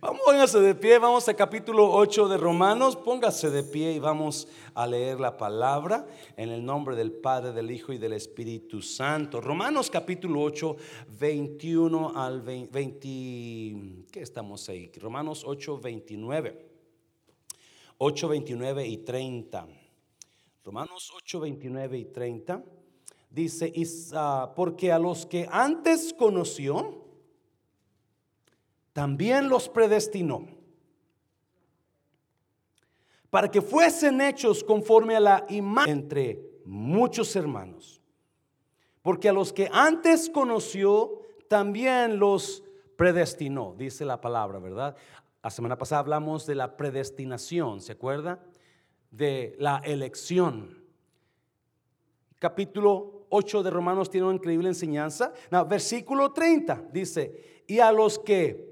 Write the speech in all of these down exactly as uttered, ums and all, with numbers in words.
Vamos, póngase de pie, vamos al capítulo ocho de Romanos. Póngase de pie y vamos a leer la palabra en el nombre del Padre, del Hijo y del Espíritu Santo. Romanos capítulo ocho, veintiuno al veinte. ¿Qué estamos ahí? Romanos ocho, veintinueve. ocho, veintinueve y treinta. Romanos ocho, veintinueve y treinta. Dice, uh, porque a los que antes conoció, también los predestinó para que fuesen hechos conforme a la imagen entre muchos hermanos. Porque a los que antes conoció, también los predestinó, dice la palabra, ¿verdad? La semana pasada hablamos de la predestinación, ¿se acuerda? De la elección. Capítulo ocho de Romanos tiene una increíble enseñanza. No, versículo treinta dice, y a los que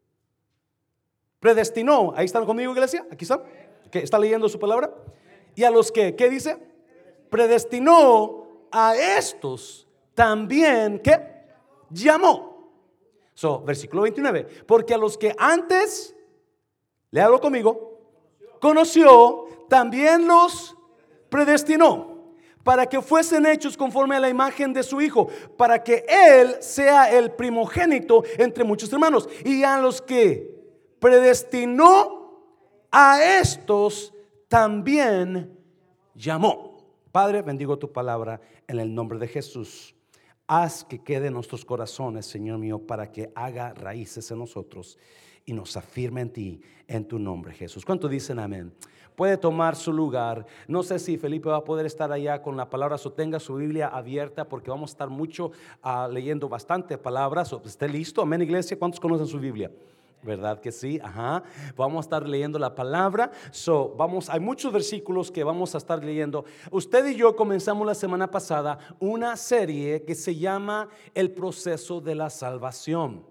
predestinó, ahí están conmigo, iglesia, aquí están, ¿qué está leyendo su palabra? Y a los que, ¿qué dice? Predestinó, a estos también, ¿qué? Llamó. So, versículo veintinueve, porque a los que antes, léalo conmigo, conoció, también los predestinó para que fuesen hechos conforme a la imagen de su Hijo, para que Él sea el primogénito entre muchos hermanos. Y a los que predestinó, a estos también llamó. Padre, bendigo tu palabra en el nombre de Jesús. Haz que quede en nuestros corazones, Señor mío, para que haga raíces en nosotros y nos afirme en ti, en tu nombre, Jesús. ¿Cuánto dicen amén? Puede tomar su lugar. No sé si Felipe va a poder estar allá con la palabra, o tenga su Biblia abierta, porque vamos a estar mucho uh, leyendo bastante palabras. O esté listo, amén, iglesia. ¿Cuántos conocen su Biblia? ¿Verdad que sí? Ajá. Vamos a estar leyendo la palabra. So, vamos, hay muchos versículos que vamos a estar leyendo. Usted y yo comenzamos la semana pasada una serie que se llama El proceso de la salvación.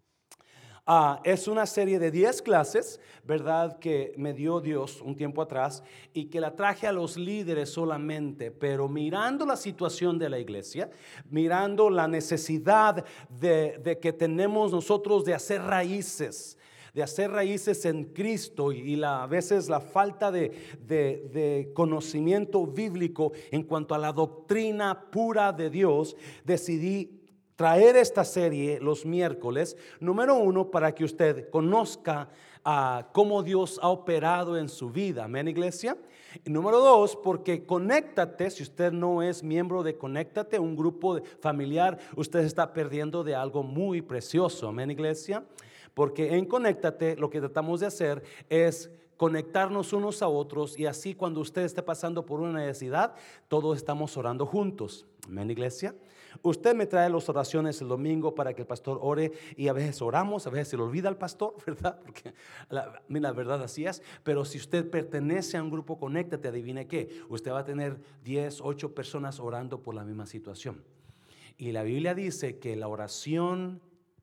Ah, es una serie de diez clases, ¿verdad? Que me dio Dios un tiempo atrás y que la traje a los líderes solamente, pero mirando la situación de la iglesia, mirando la necesidad de, de que tenemos nosotros de hacer raíces, de hacer raíces en Cristo y la, a veces la falta de, de, de conocimiento bíblico en cuanto a la doctrina pura de Dios, decidí traer esta serie los miércoles, número uno, para que usted conozca uh, cómo Dios ha operado en su vida, amén, iglesia. Y número dos, porque Conéctate, si usted no es miembro de Conéctate, un grupo familiar, usted está perdiendo de algo muy precioso, amén, iglesia. Porque en Conéctate lo que tratamos de hacer es conectarnos unos a otros, y así cuando usted esté pasando por una necesidad, todos estamos orando juntos, amén, iglesia. Usted me trae las oraciones el domingo para que el pastor ore, y a veces oramos, a veces se le olvida al pastor, ¿verdad? Porque la, la verdad así es. Pero si usted pertenece a un grupo Conéctate, adivine qué, usted va a tener diez, ocho personas orando por la misma situación. Y la Biblia dice que la oración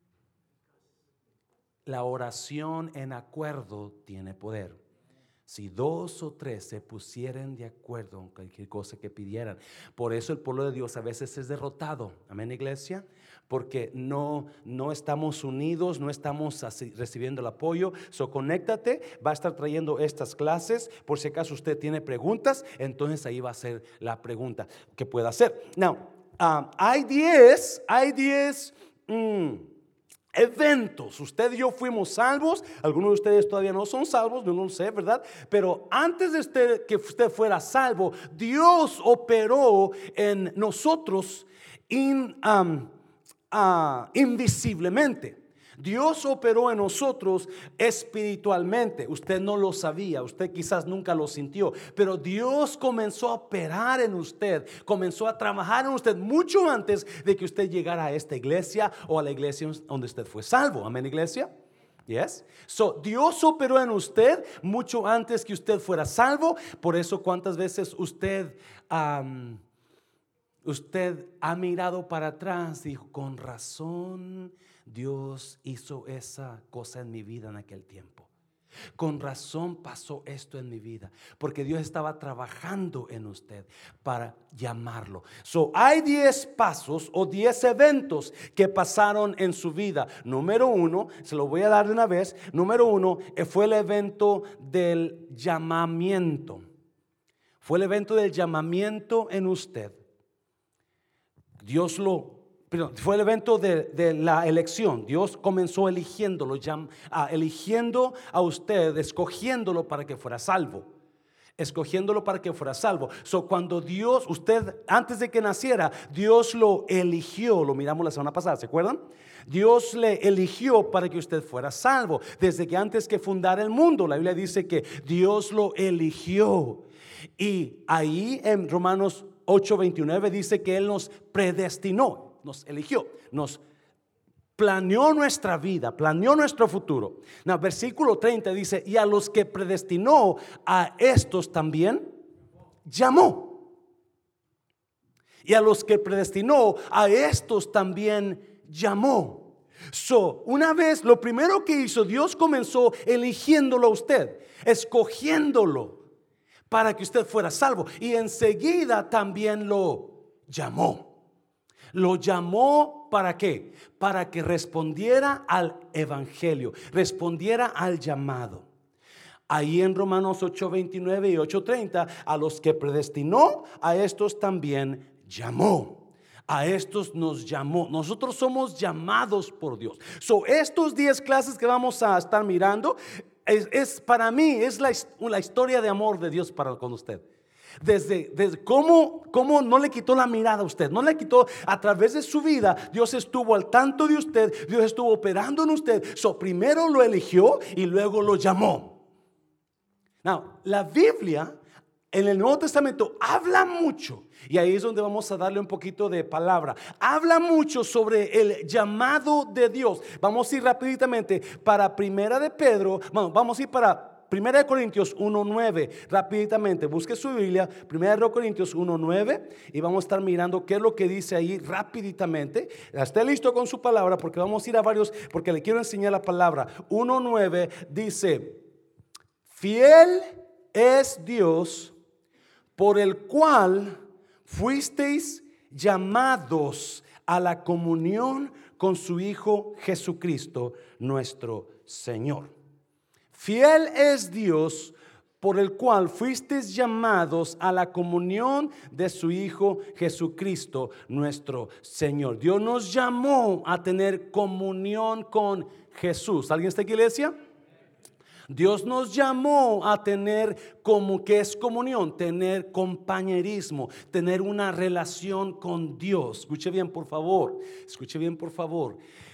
La oración en acuerdo tiene poder. Si dos o tres se pusieren de acuerdo en cualquier cosa que pidieran. Por eso el pueblo de Dios a veces es derrotado, amén, iglesia, porque no, no estamos unidos, no estamos así, recibiendo el apoyo. So, Conéctate va a estar trayendo estas clases. Por si acaso usted tiene preguntas, entonces ahí va a ser la pregunta que pueda hacer. Now, uh, hay diez, hay diez mmm, eventos. Usted y yo fuimos salvos. Algunos de ustedes todavía no son salvos, no lo sé, ¿verdad? Pero antes de usted, que usted fuera salvo, Dios operó en nosotros in, um, uh, invisiblemente. Dios operó en nosotros espiritualmente. Usted no lo sabía, usted quizás nunca lo sintió, pero Dios comenzó a operar en usted, comenzó a trabajar en usted mucho antes de que usted llegara a esta iglesia o a la iglesia donde usted fue salvo. Amén, iglesia. Yes. So, Dios operó en usted mucho antes que usted fuera salvo. Por eso, cuántas veces usted um, usted ha mirado para atrás y dijo, con razón Dios hizo esa cosa en mi vida en aquel tiempo. Con razón pasó esto en mi vida, porque Dios estaba trabajando en usted para llamarlo. So, hay diez pasos o diez eventos que pasaron en su vida. Número uno, se lo voy a dar de una vez. Número uno eh, fue el evento del llamamiento. Fue el evento del llamamiento en usted. Dios lo Perdón, fue el evento de, de la elección. Dios comenzó eligiéndolo, llam, ah, eligiendo a usted, escogiéndolo para que fuera salvo. Escogiéndolo para que fuera salvo. So, cuando Dios, usted, antes de que naciera, Dios lo eligió. Lo miramos la semana pasada, ¿se acuerdan? Dios le eligió para que usted fuera salvo. Desde que antes que fundara el mundo, la Biblia dice que Dios lo eligió. Y ahí en Romanos ocho veintinueve dice que Él nos predestinó. Nos eligió, nos planeó nuestra vida, planeó nuestro futuro. No, versículo treinta dice: y a los que predestinó, a estos también llamó. Y a los que predestinó, a estos también llamó. So, una vez, lo primero que hizo, Dios comenzó eligiéndolo a usted, escogiéndolo para que usted fuera salvo. Y enseguida también lo llamó. Lo llamó ¿para qué? Para que respondiera al evangelio, respondiera al llamado. Ahí en Romanos ocho veintinueve y ocho treinta, a los que predestinó, a estos también llamó. A estos nos llamó. Nosotros somos llamados por Dios. So, estos diez clases que vamos a estar mirando es, es para mí es la, la historia de amor de Dios para con usted. Desde, desde cómo, cómo no le quitó la mirada a usted, no le quitó a través de su vida. Dios estuvo al tanto de usted, Dios estuvo operando en usted. So, primero lo eligió y luego lo llamó. Now, la Biblia en el Nuevo Testamento habla mucho, y ahí es donde vamos a darle un poquito de palabra. Habla mucho sobre el llamado de Dios. Vamos a ir rapiditamente para Primera de Pedro. Bueno, vamos a ir para Primera de Corintios uno nueve, rapiditamente, busque su Biblia, Primera de Corintios uno nueve, y vamos a estar mirando qué es lo que dice ahí rapiditamente. Esté listo con su palabra, porque vamos a ir a varios, porque le quiero enseñar la palabra. uno nueve dice: fiel es Dios, por el cual fuisteis llamados a la comunión con su Hijo Jesucristo, nuestro Señor. Fiel es Dios, por el cual fuisteis llamados a la comunión de su Hijo Jesucristo, nuestro Señor. Dios nos llamó a tener comunión con Jesús. ¿Alguien está aquí, iglesia? Dios nos llamó a tener, como que es comunión, tener compañerismo, tener una relación con Dios. Escuche bien, por favor. Escuche bien, por favor.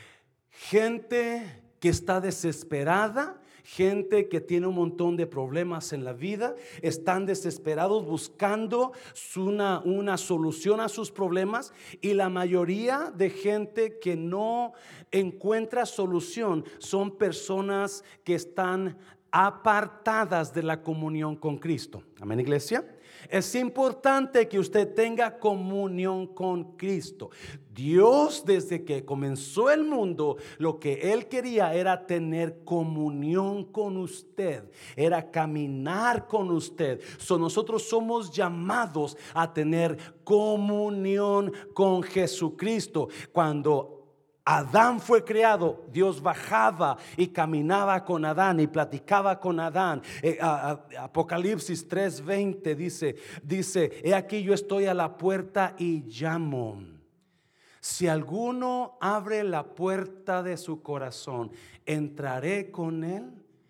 Gente que está desesperada, gente que tiene un montón de problemas en la vida, están desesperados buscando una, una solución a sus problemas, y la mayoría de gente que no encuentra solución son personas que están apartadas de la comunión con Cristo. Amén, iglesia. Es importante que usted tenga comunión con Cristo. Dios, desde que comenzó el mundo, lo que Él quería era tener comunión con usted, era caminar con usted. So, nosotros somos llamados a tener comunión con Jesucristo. Cuando Adán fue creado, Dios bajaba y caminaba con Adán y platicaba con Adán. eh, a, a, Apocalipsis tres veinte dice, dice: he aquí yo estoy a la puerta y llamo. Si alguno abre la puerta de su corazón, entraré con él,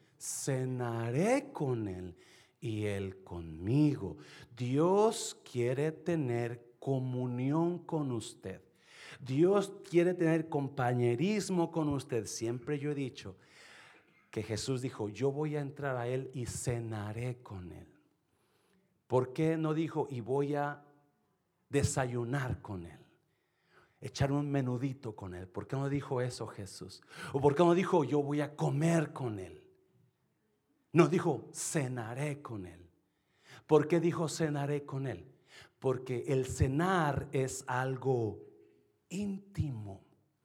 cenaré con él y él conmigo. Dios quiere tener comunión con usted. Dios quiere tener compañerismo con usted. Siempre yo he dicho que Jesús dijo: yo voy a entrar a Él y cenaré con Él. ¿Por qué no dijo y voy a desayunar con Él, echar un menudito con Él? ¿Por qué no dijo eso Jesús? ¿O por qué no dijo yo voy a comer con Él? No, dijo cenaré con Él. ¿Por qué dijo cenaré con Él? Porque el cenar es algo íntimo.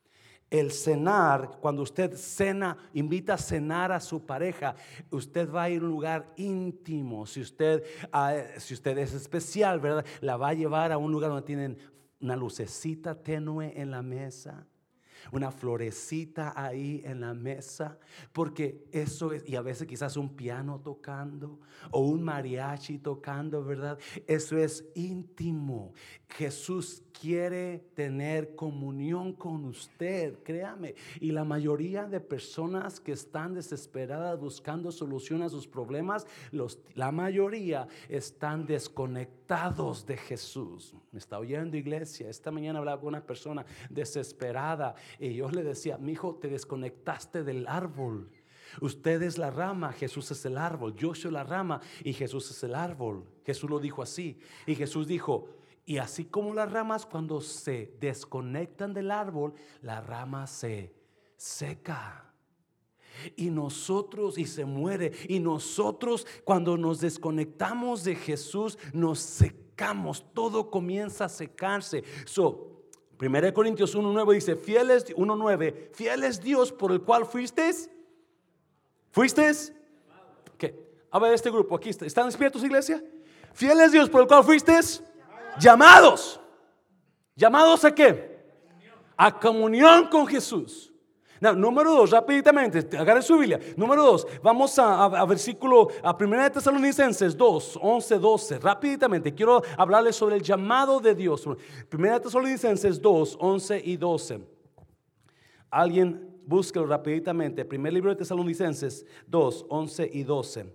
El cenar, cuando usted cena, invita a cenar a su pareja, usted va a ir a un lugar íntimo. Si usted, uh, si usted es especial, ¿verdad? La va a llevar a un lugar donde tienen una lucecita tenue en la mesa, una florecita ahí en la mesa, porque eso es, y a veces quizás un piano tocando o un mariachi tocando, ¿verdad? Eso es íntimo. Jesús quiere tener comunión con usted, créame. Y la mayoría de personas que están desesperadas buscando solución a sus problemas, los, la mayoría están desconectados de Jesús. ¿Me está oyendo, iglesia? Esta mañana hablaba con una persona desesperada y yo le decía: mi hijo, te desconectaste del árbol. Usted es la rama, Jesús es el árbol. Yo soy la rama y Jesús es el árbol. Jesús lo dijo así. Y Jesús dijo: y así como las ramas cuando se desconectan del árbol, la rama se seca. Y nosotros, y se muere. Y nosotros, cuando nos desconectamos de Jesús, nos secamos. Todo comienza a secarse. So, primera de Corintios uno nueve dice: fiel es, uno nueve, fiel es Dios por el cual fuisteis. ¿Fuisteis? ¿Qué? A ver, este grupo aquí, ¿están despiertos, iglesia? Fiel es Dios por el cual fuisteis llamados. ¿Llamados a qué? A comunión con Jesús. No, número dos, rápidamente, agarren su Biblia. Número dos, vamos a, a, a versículo, a primera de Tesalonicenses dos, once, doce. Rápidamente, quiero hablarles sobre el llamado de Dios. Primera de Tesalonicenses dos, once y doce. Alguien búsquelo rápidamente. Primer libro de Tesalonicenses dos, once y doce.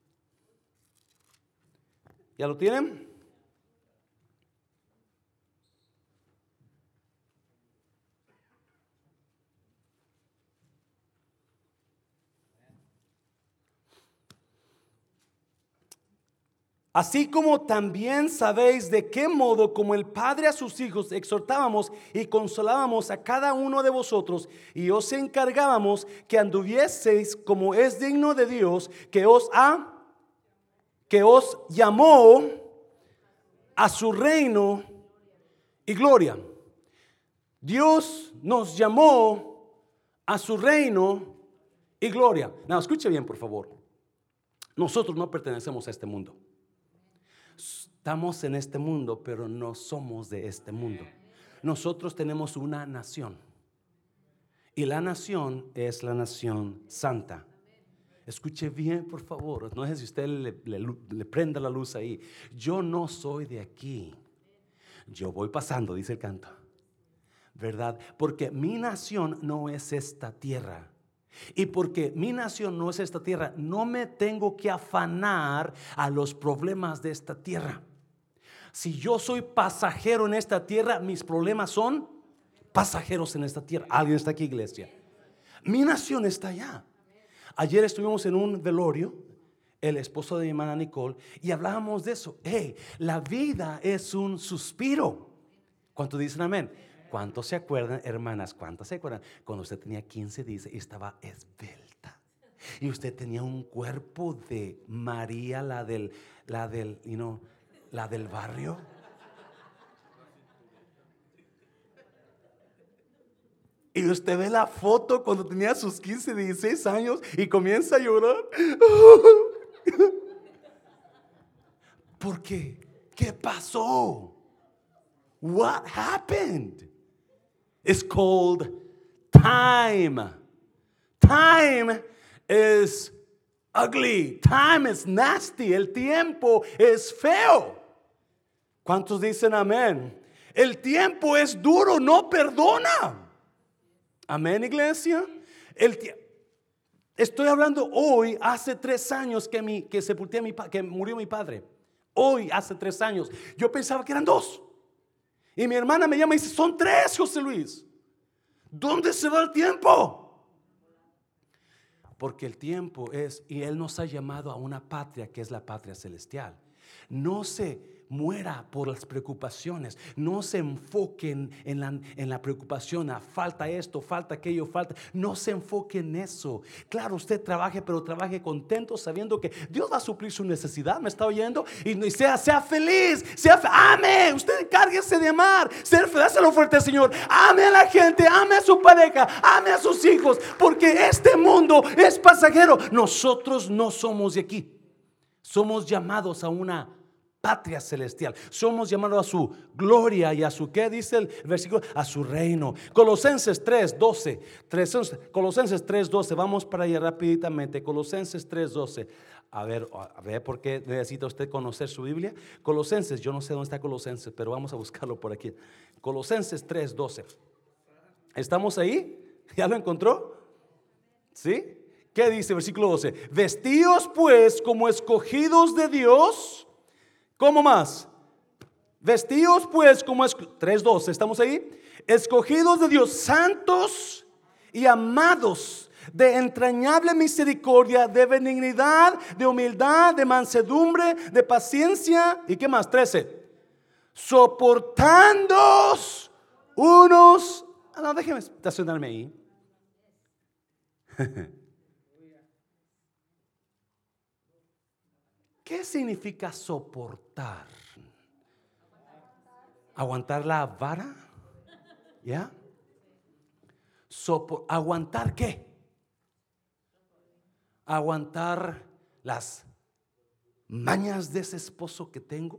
¿Ya lo tienen? Así como también sabéis de qué modo, como el Padre a sus hijos, exhortábamos y consolábamos a cada uno de vosotros, y os encargábamos que anduvieseis como es digno de Dios, que os ha, que os llamó a su reino y gloria. Dios nos llamó a su reino y gloria. No, escuche bien, por favor. Nosotros no pertenecemos a este mundo. Estamos en este mundo, pero no somos de este mundo. Nosotros tenemos una nación, y la nación es la nación santa. Escuche bien, por favor. No sé si usted le, le, le prenda la luz ahí. Yo no soy de aquí. Yo voy pasando, dice el canto, ¿verdad? Porque mi nación no es esta tierra. Y porque mi nación no es esta tierra, no me tengo que afanar a los problemas de esta tierra. Si yo soy pasajero en esta tierra, mis problemas son pasajeros en esta tierra. ¿Alguien está aquí, iglesia? Mi nación está allá. Ayer estuvimos en un velorio, el esposo de mi hermana Nicole, y hablábamos de eso. Hey, la vida es un suspiro. ¿Cuántos dicen amén? ¿Cuántos se acuerdan, hermanas? ¿Cuántos se acuerdan cuando usted tenía quince días y estaba esbelta? Y usted tenía un cuerpo de María, la del, la del, you know, la del barrio. Y usted ve la foto cuando tenía sus quince, dieciséis años y comienza a llorar. ¿Por qué? ¿Qué pasó? What happened? It's called time. Time is ugly. Time is nasty. El tiempo es feo. ¿Cuántos dicen amén? El tiempo es duro, no perdona. Amén, iglesia. El tie- Estoy hablando hoy, hace tres años que, mi, que sepulté a mi pa- que murió mi padre. Hoy, hace tres años. Yo pensaba que eran dos. Y mi hermana me llama y dice: son tres, José Luis. ¿Dónde se va el tiempo? Porque el tiempo es, y Él nos ha llamado a una patria que es la patria celestial. No se muera por las preocupaciones. No se enfoquen en la, en la preocupación. Ah, falta esto, falta aquello, falta. No se enfoque en eso. Claro, usted trabaje, pero trabaje contento, sabiendo que Dios va a suplir su necesidad. ¿Me está oyendo? Y, y sea, sea feliz, sea, ame. Usted encárguese de amar, ser feliz. Dáselo fuerte al Señor. Ame a la gente, ame a su pareja, ame a sus hijos, porque este mundo es pasajero. Nosotros no somos de aquí. Somos llamados a una patria celestial. Somos llamados a su gloria y a su, ¿qué dice el versículo? A su reino. Colosenses tres doce. Colosenses tres doce. Vamos para allá rapiditamente. Colosenses tres doce. A ver, a ver, ¿por qué necesita usted conocer su Biblia? Colosenses, yo no sé dónde está Colosenses, pero vamos a buscarlo por aquí. Colosenses tres doce. ¿Estamos ahí? ¿Ya lo encontró? ¿Sí? ¿Qué dice versículo doce? Vestíos pues como escogidos de Dios. ¿Cómo más? Vestíos pues como es tres doce, ¿estamos ahí? Escogidos de Dios, santos y amados, de entrañable misericordia, de benignidad, de humildad, de mansedumbre, de paciencia. ¿Y qué más? trece. Soportándoos unos. Ah, no, déjeme estacionarme ahí. ¿Qué significa soportar? ¿Aguantar la vara? ¿Ya? Sopor- ¿Aguantar qué? ¿Aguantar las mañas de ese esposo que tengo?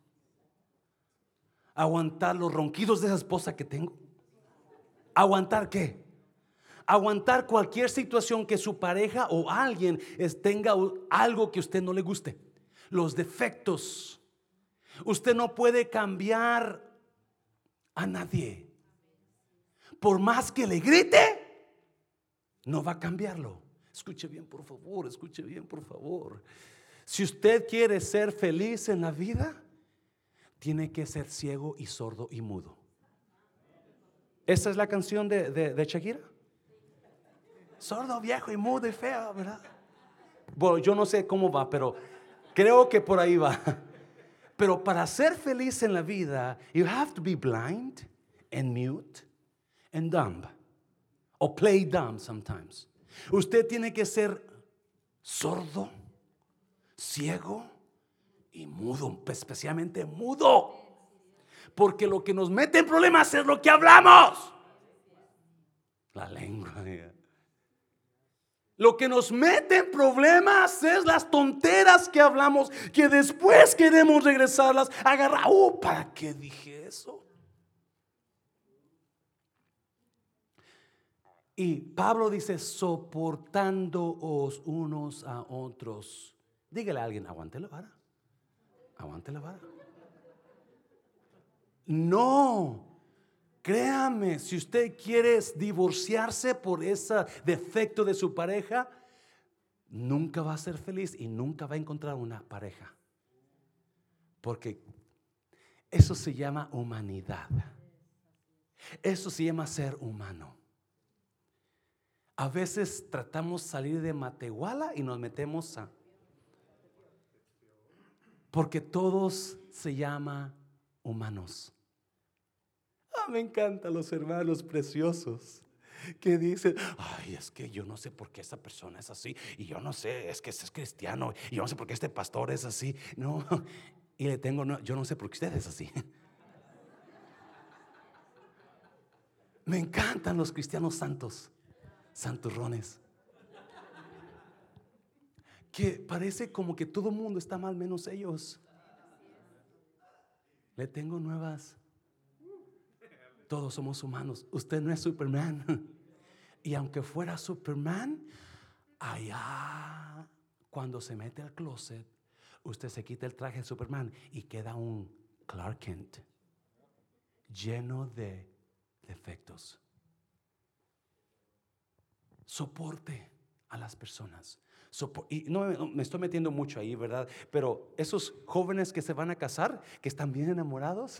¿Aguantar los ronquidos de esa esposa que tengo? ¿Aguantar qué? Aguantar cualquier situación que su pareja o alguien es, tenga algo que a usted no le guste. Los defectos. Usted no puede cambiar a nadie. Por más que le grite, no va a cambiarlo. Escuche bien, por favor, escuche bien, por favor. Si usted quiere ser feliz en la vida, tiene que ser ciego y sordo y mudo. ¿Esa es la canción de, de, de Shakira? Sordo, viejo y mudo y feo, ¿verdad? Bueno, yo no sé cómo va, pero creo que por ahí va. Pero para ser feliz en la vida, you have to be blind and mute and dumb. O play dumb sometimes. Usted tiene que ser sordo, ciego y mudo, especialmente mudo. Porque lo que nos mete en problemas es lo que hablamos. La lengua. Lo que nos mete en problemas es las tonteras que hablamos, que después queremos regresarlas, agarrar. Oh, ¿para qué dije eso? Y Pablo dice, soportándoos unos a otros. Dígale a alguien, aguante la vara. Aguante la vara. No. Créame, si usted quiere divorciarse por ese defecto de su pareja, nunca va a ser feliz y nunca va a encontrar una pareja. Porque eso se llama humanidad. Eso se llama ser humano. A veces tratamos de salir de Matehuala y nos metemos a... Porque todos se llaman humanos. Ah, me encantan los hermanos preciosos que dicen, ay, es que yo no sé por qué esa persona es así, y yo no sé, es que es cristiano, y yo no sé por qué este pastor es así. No, y le tengo, no, yo no sé por qué usted es así. Me encantan los cristianos santos, santurrones, que parece como que todo el mundo está mal menos ellos. Le tengo nuevas. Todos somos humanos. Usted no es Superman. Y aunque fuera Superman, allá cuando se mete al closet, usted se quita el traje de Superman y queda un Clark Kent lleno de defectos. Soporte a las personas. Sopor- y no, no me estoy metiendo mucho ahí, ¿verdad? Pero esos jóvenes que se van a casar, que están bien enamorados,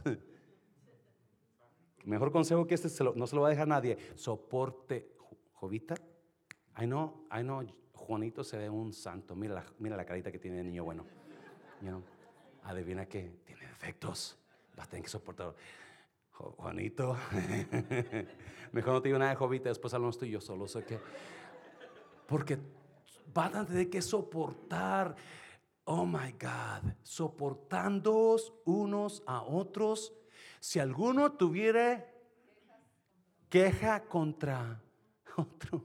mejor consejo que este se lo, no se lo va a dejar nadie. Soporte, Jovita. Ay no, ay no, Juanito se ve un santo. Mira la, mira la carita que tiene de niño bueno. You know? Adivina que tiene defectos. Vas a tener que soportar. Juanito, mejor no te digo nada de Jovita, después hablamos tú y yo solo. Sé que, porque van a tener que soportar. Oh my God, soportándoos unos a otros. Si alguno tuviera queja contra otro.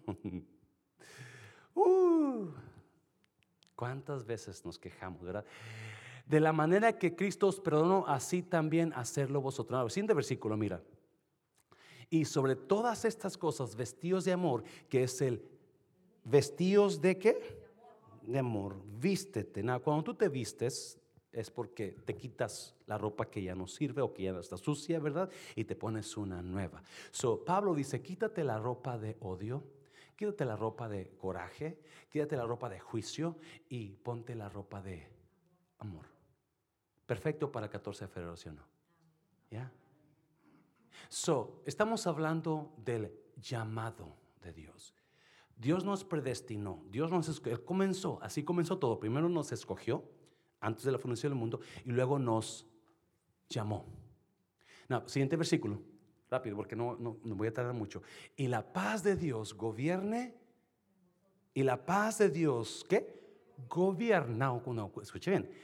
Uh, ¿Cuántas veces nos quejamos, verdad? De la manera que Cristo os perdonó, así también hacerlo vosotros. El siguiente versículo, mira. Y sobre todas estas cosas, vestidos de amor, que es el vestidos de qué? De amor. Vístete. Now, cuando tú te vistes, es porque te quitas la ropa que ya no sirve o que ya no está sucia, ¿verdad? Y te pones una nueva. So, Pablo dice, quítate la ropa de odio, quítate la ropa de coraje, quítate la ropa de juicio y ponte la ropa de amor. Perfecto para el catorce de febrero, ¿sí o no? ¿Ya? So, estamos hablando del llamado de Dios. Dios nos predestinó, Dios nos escogió, Él comenzó, así comenzó todo. Primero nos escogió antes de la fundación del mundo y luego nos llamó. No, siguiente versículo, rápido porque no, no, no voy a tardar mucho. Y la paz de Dios gobierne, y la paz de Dios, ¿qué? Gobierna, no, escuche bien.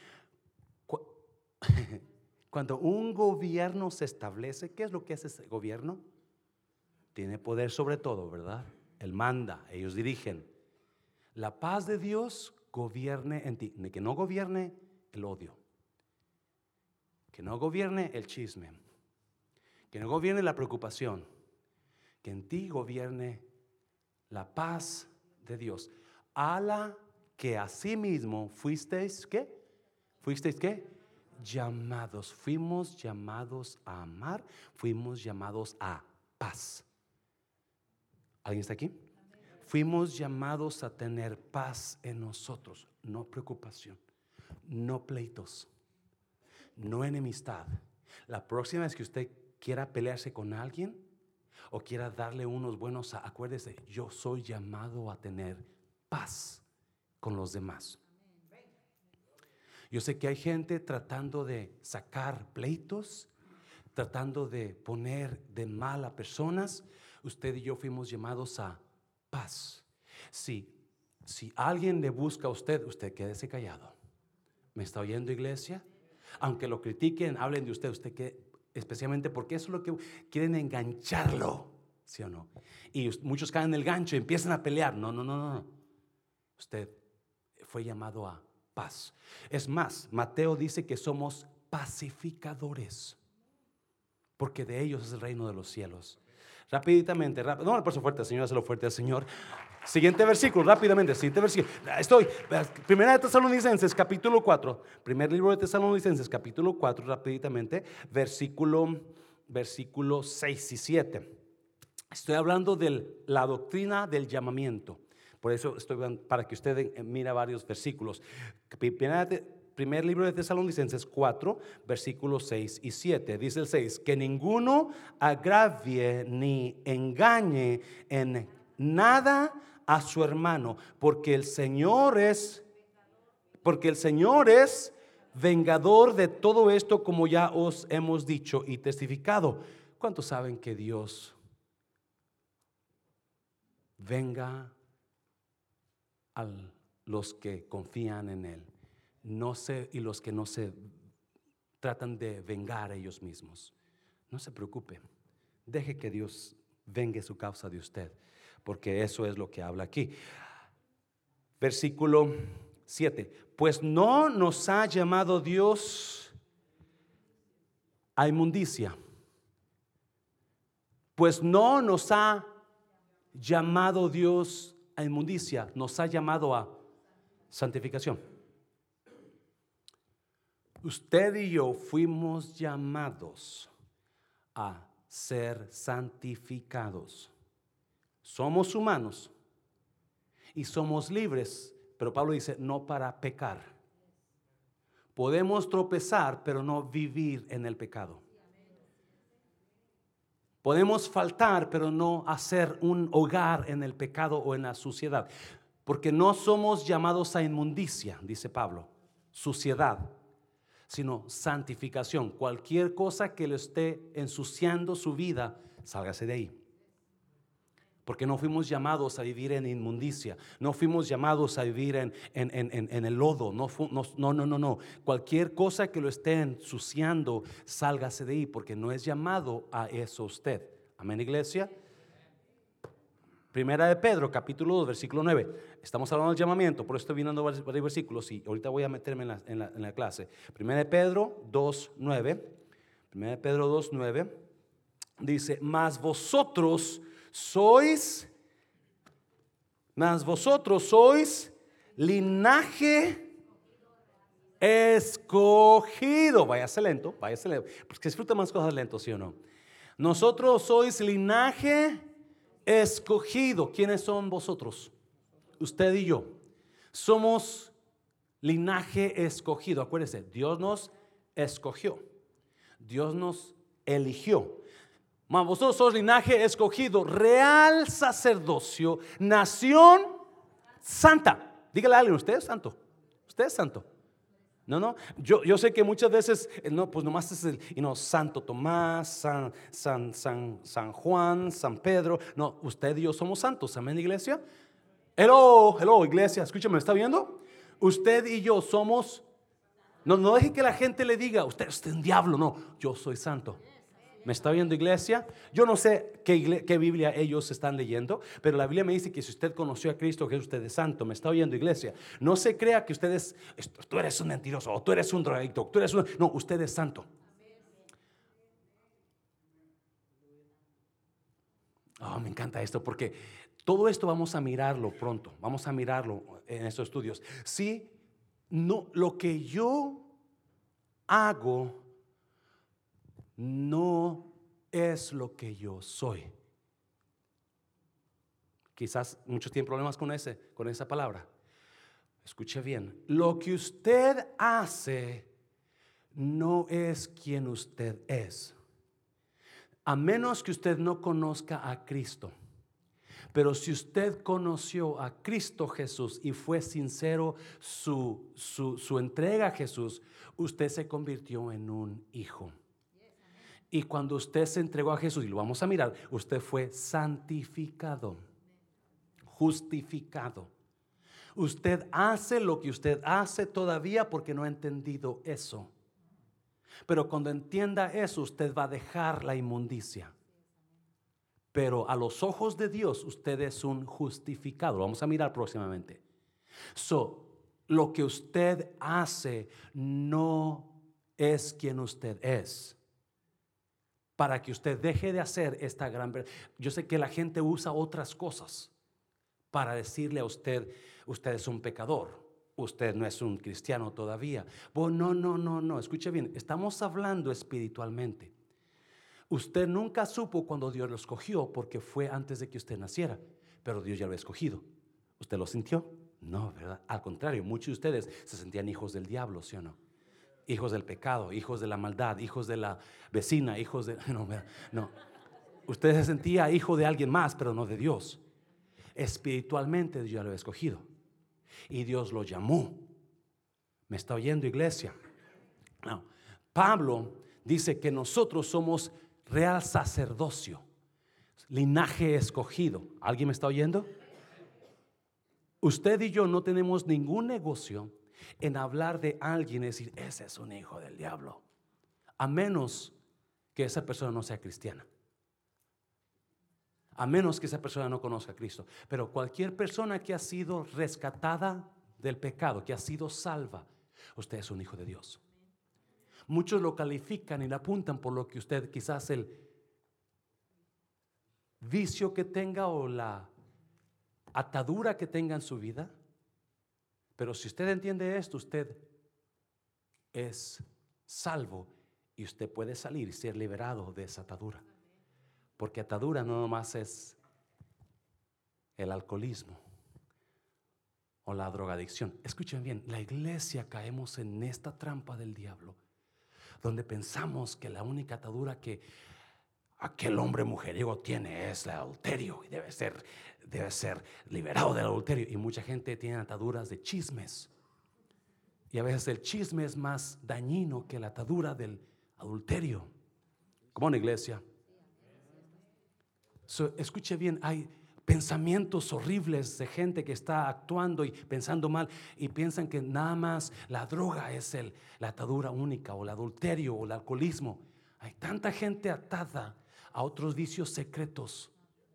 Cuando un gobierno se establece, ¿qué es lo que hace ese gobierno? Tiene poder sobre todo, ¿verdad? Él manda, ellos dirigen. La paz de Dios gobierne en ti. Que no gobierne el odio, que no gobierne el chisme, que no gobierne la preocupación, que en ti gobierne la paz de Dios, a la que asimismo fuisteis, ¿qué? ¿Fuisteis qué? Llamados, fuimos llamados a amar, fuimos llamados a paz. ¿Alguien está aquí? Fuimos llamados a tener paz en nosotros, no preocupación, no pleitos, no enemistad. La próxima vez que usted quiera pelearse con alguien o quiera darle unos buenos, acuérdese, yo soy llamado a tener paz con los demás. Yo sé que hay gente tratando de sacar pleitos, tratando de poner de mal a personas. Usted y yo fuimos llamados a paz. Si, si alguien le busca a usted, usted quédese callado. ¿Me está oyendo, iglesia? Aunque lo critiquen, hablen de usted, usted que, especialmente porque eso es lo que quieren, engancharlo, ¿sí o no? Y muchos caen en el gancho y empiezan a pelear. No, no, no, no. Usted fue llamado a paz. Es más, Mateo dice que somos pacificadores, porque de ellos es el reino de los cielos. Rapidamente, rápido. No, por eso fuerte, Señor, hazlo fuerte al Señor. Siguiente versículo, rápidamente, siguiente versículo. Estoy, Primera de Tesalonicenses, capítulo cuatro. Primer libro de Tesalonicenses, capítulo cuatro, rápidamente, versículo, versículo seis y siete. Estoy hablando de la doctrina del llamamiento. Por eso estoy para que usted mire varios versículos. Primer libro de Tesalonicenses cuatro, versículos seis y siete. Dice el seis: que ninguno agravie ni engañe en nada a su hermano, porque el Señor es porque el Señor es vengador de todo esto, como ya os hemos dicho y testificado. ¿Cuántos saben que Dios venga a los que confían en Él? No sé, y los que no se tratan de vengar a ellos mismos. No se preocupe, deje que Dios vengue su causa de usted, porque eso es lo que habla aquí. Versículo siete: pues no nos ha llamado Dios a inmundicia, pues no nos ha llamado Dios a inmundicia, nos ha llamado a santificación. Usted y yo fuimos llamados a ser santificados. Somos humanos y somos libres, pero Pablo dice no para pecar. Podemos tropezar, pero no vivir en el pecado. Podemos faltar, pero no hacer un hogar en el pecado o en la suciedad, porque no somos llamados a inmundicia, dice Pablo, suciedad. sino santificación. Cualquier cosa que le esté ensuciando su vida, sálgase de ahí. Porque no fuimos llamados a vivir en inmundicia, no fuimos llamados a vivir en, en, en, en el lodo, no, fu, no, no, no, no, no. Cualquier cosa que lo esté ensuciando, sálgase de ahí, porque no es llamado a eso usted. Amén, iglesia. Primera de Pedro, capítulo dos, versículo nueve. Estamos hablando del llamamiento, por eso estoy viendo varios versículos y ahorita voy a meterme en la, en la, en la clase. Primera de Pedro dos, nueve. Primera de Pedro dos, nueve. Dice, mas vosotros sois, mas vosotros sois linaje escogido. Váyase lento, váyase lento, porque disfruta más cosas lentos, ¿sí o no? Nosotros sois linaje escogido. ¿Quiénes son vosotros? Usted y yo. Somos linaje escogido. Acuérdese, Dios nos escogió. Dios nos eligió. Mas vosotros sois linaje escogido, real sacerdocio, nación santa. Dígale a alguien, usted es santo. Usted es santo. No, no, yo, yo sé que muchas veces, no, pues nomás es el, you know, Santo Tomás, San, San, San, San Juan, San Pedro. No, usted y yo somos santos, amén, iglesia. Hello, hello, iglesia, escúchame, ¿me está viendo? Usted y yo somos, no, no deje que la gente le diga, usted, usted es un diablo, no, yo soy santo. ¿Me está viendo, iglesia? Yo no sé qué, qué Biblia ellos están leyendo, pero la Biblia me dice que si usted conoció a Cristo, que usted es santo. ¿Me está oyendo, iglesia? No se crea que usted es, tú eres un mentiroso, o tú eres un drogadicto, tú eres un, no, usted es santo. Oh, me encanta esto, porque todo esto vamos a mirarlo pronto, vamos a mirarlo en estos estudios. Si no, lo que yo hago no es lo que yo soy. Quizás muchos tienen problemas con ese, con esa palabra. Escuche bien. Lo que usted hace no es quien usted es. A menos que usted no conozca a Cristo. Pero si usted conoció a Cristo Jesús y fue sincero su, su, su entrega a Jesús, usted se convirtió en un hijo. Y cuando usted se entregó a Jesús, y lo vamos a mirar, usted fue santificado, justificado. Usted hace lo que usted hace todavía porque no ha entendido eso. Pero cuando entienda eso, usted va a dejar la inmundicia. Pero a los ojos de Dios, usted es un justificado. Lo vamos a mirar próximamente. So, lo que usted hace no es quien usted es. Para que usted deje de hacer esta gran verdad. Yo sé que la gente usa otras cosas para decirle a usted, usted es un pecador, usted no es un cristiano todavía. Oh, no, no, no, no, escuche bien, estamos hablando espiritualmente. Usted nunca supo cuando Dios lo escogió porque fue antes de que usted naciera, pero Dios ya lo ha escogido. ¿Usted lo sintió? No, ¿verdad? Al contrario, muchos de ustedes se sentían hijos del diablo, ¿sí o no? Hijos del pecado, hijos de la maldad, hijos de la vecina, hijos de... No, no. Usted se sentía hijo de alguien más, pero no de Dios. Espiritualmente Dios ya lo ha escogido. Y Dios lo llamó. ¿Me está oyendo, iglesia? No. Pablo dice que nosotros somos real sacerdocio, linaje escogido. ¿Alguien me está oyendo? Usted y yo no tenemos ningún negocio en hablar de alguien y decir, ese es un hijo del diablo, a menos que esa persona no sea cristiana, a menos que esa persona no conozca a Cristo. Pero cualquier persona que ha sido rescatada del pecado, que ha sido salva, usted es un hijo de Dios. Muchos lo califican y le apuntan por lo que usted, quizás el vicio que tenga o la atadura que tenga en su vida. Pero si usted entiende esto, usted es salvo y usted puede salir y ser liberado de esa atadura. Porque atadura no nomás es el alcoholismo o la drogadicción. Escuchen bien, la iglesia caemos en esta trampa del diablo, donde pensamos que la única atadura que aquel hombre mujeriego tiene es el adulterio y debe ser, debe ser liberado del adulterio. Y mucha gente tiene ataduras de chismes, Y a veces el chisme es más dañino que la atadura del adulterio. Como en la iglesia. So, escuche bien, hay pensamientos horribles de gente que está actuando y pensando mal y piensan que nada más la droga es el, la atadura única, o el adulterio o el alcoholismo. Hay tanta gente atada a otros vicios secretos.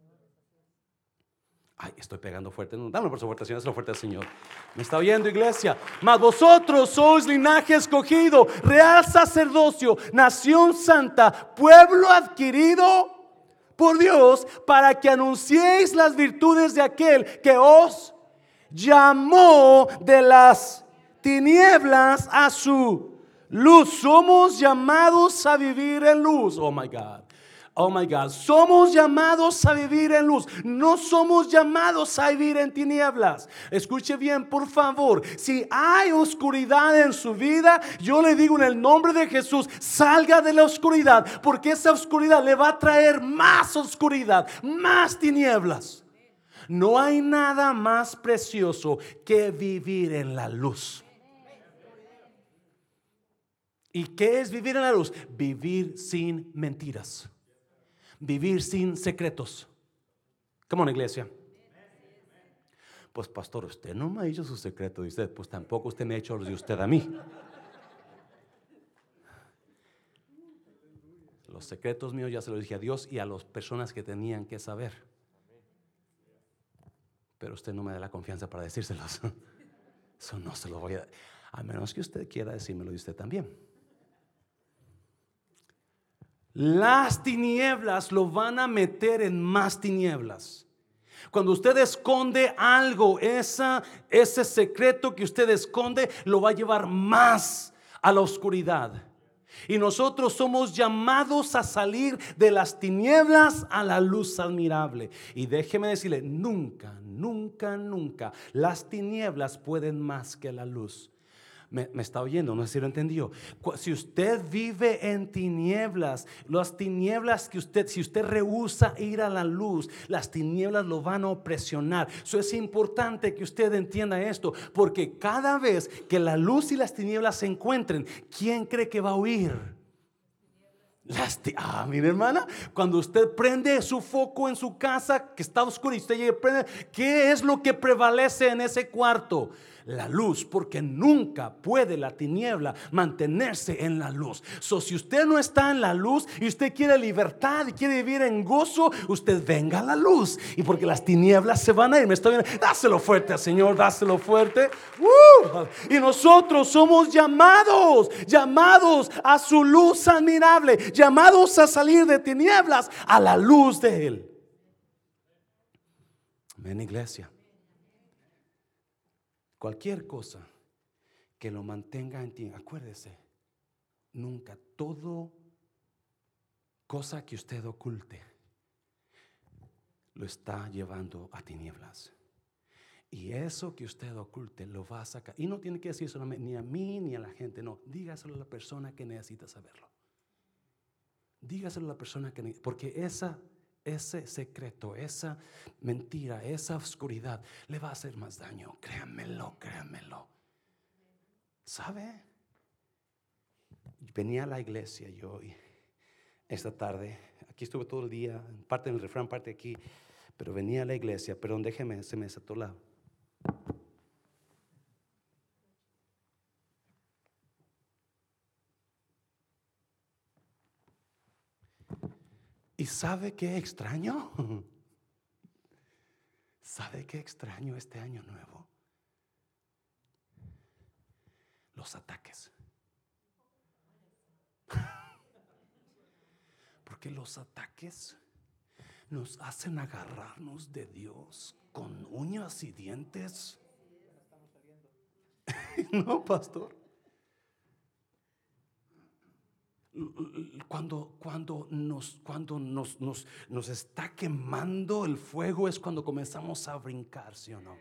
Ay, estoy pegando fuerte. No, dame por su fuerte, Señor. Dáselo fuerte al Señor. ¿Me está oyendo, iglesia? Mas vosotros sois linaje escogido, real sacerdocio, nación santa, pueblo adquirido por Dios, para que anunciéis las virtudes de aquel que os llamó de las tinieblas a su luz. Somos llamados a vivir en luz. Oh my God. Oh my God, somos llamados a vivir en luz, no somos llamados a vivir en tinieblas. Escuche bien, por favor. Si hay oscuridad en su vida, yo le digo en el nombre de Jesús, salga de la oscuridad, porque esa oscuridad le va a traer más oscuridad, más tinieblas. No hay nada más precioso que vivir en la luz. ¿Y qué es vivir en la luz? Vivir sin mentiras. Vivir sin secretos. ¿Cómo en la iglesia? Pues pastor, usted no me ha dicho su secreto de usted. Pues tampoco usted me ha hecho los de usted a mí. Los secretos míos ya se los dije a Dios y a las personas que tenían que saber. Pero usted no me da la confianza para decírselos. Eso no se lo voy a dar, a menos que usted quiera decírmelo de usted también. Las tinieblas lo van a meter en más tinieblas. Cuando usted esconde algo, esa, ese secreto que usted esconde lo va a llevar más a la oscuridad. Y nosotros somos llamados a salir de las tinieblas a la luz admirable. Y déjeme decirle, nunca, nunca, nunca las tinieblas pueden más que la luz. Me, me está oyendo, no sé si lo entendió. Si usted vive en tinieblas, las tinieblas que usted, si usted rehúsa ir a la luz, las tinieblas lo van a opresionar. Eso es importante que usted entienda esto, porque cada vez que la luz y las tinieblas se encuentren, ¿quién cree que va a huir? Las ah, mire, hermana, cuando usted prende su foco en su casa que está oscuro y usted llega y prende, ¿qué es lo que prevalece en ese cuarto? La luz, porque nunca puede la tiniebla mantenerse en la luz. So, si usted no está en la luz y usted quiere libertad y quiere vivir en gozo, usted venga a la luz, y porque las tinieblas se van a ir. Me estoy viendo, dáselo fuerte al Señor, dáselo fuerte. ¡Uh! Y nosotros somos llamados, llamados a su luz admirable, llamados a salir de tinieblas a la luz de Él. Amén, iglesia. Cualquier cosa que lo mantenga en ti, acuérdese, nunca, todo cosa que usted oculte lo está llevando a tinieblas. Y eso que usted oculte lo va a sacar. Y no tiene que decir solamente ni a mí ni a la gente, no, dígaselo a la persona que necesita saberlo. Dígaselo a la persona que necesita, porque esa ese secreto, esa mentira, esa oscuridad le va a hacer más daño. Créanmelo, créanmelo. ¿Sabe? Venía a la iglesia yo esta tarde. Aquí estuve todo el día, parte del refrán, parte aquí. Pero venía a la iglesia, pero déjeme, se me desató la... ¿Y sabe qué extraño? ¿Sabe qué extraño este año nuevo? Los ataques. Porque los ataques nos hacen agarrarnos de Dios con uñas y dientes. No, pastor. Cuando, cuando, nos, cuando nos, nos, nos está quemando el fuego es cuando comenzamos a brincar, ¿sí o no?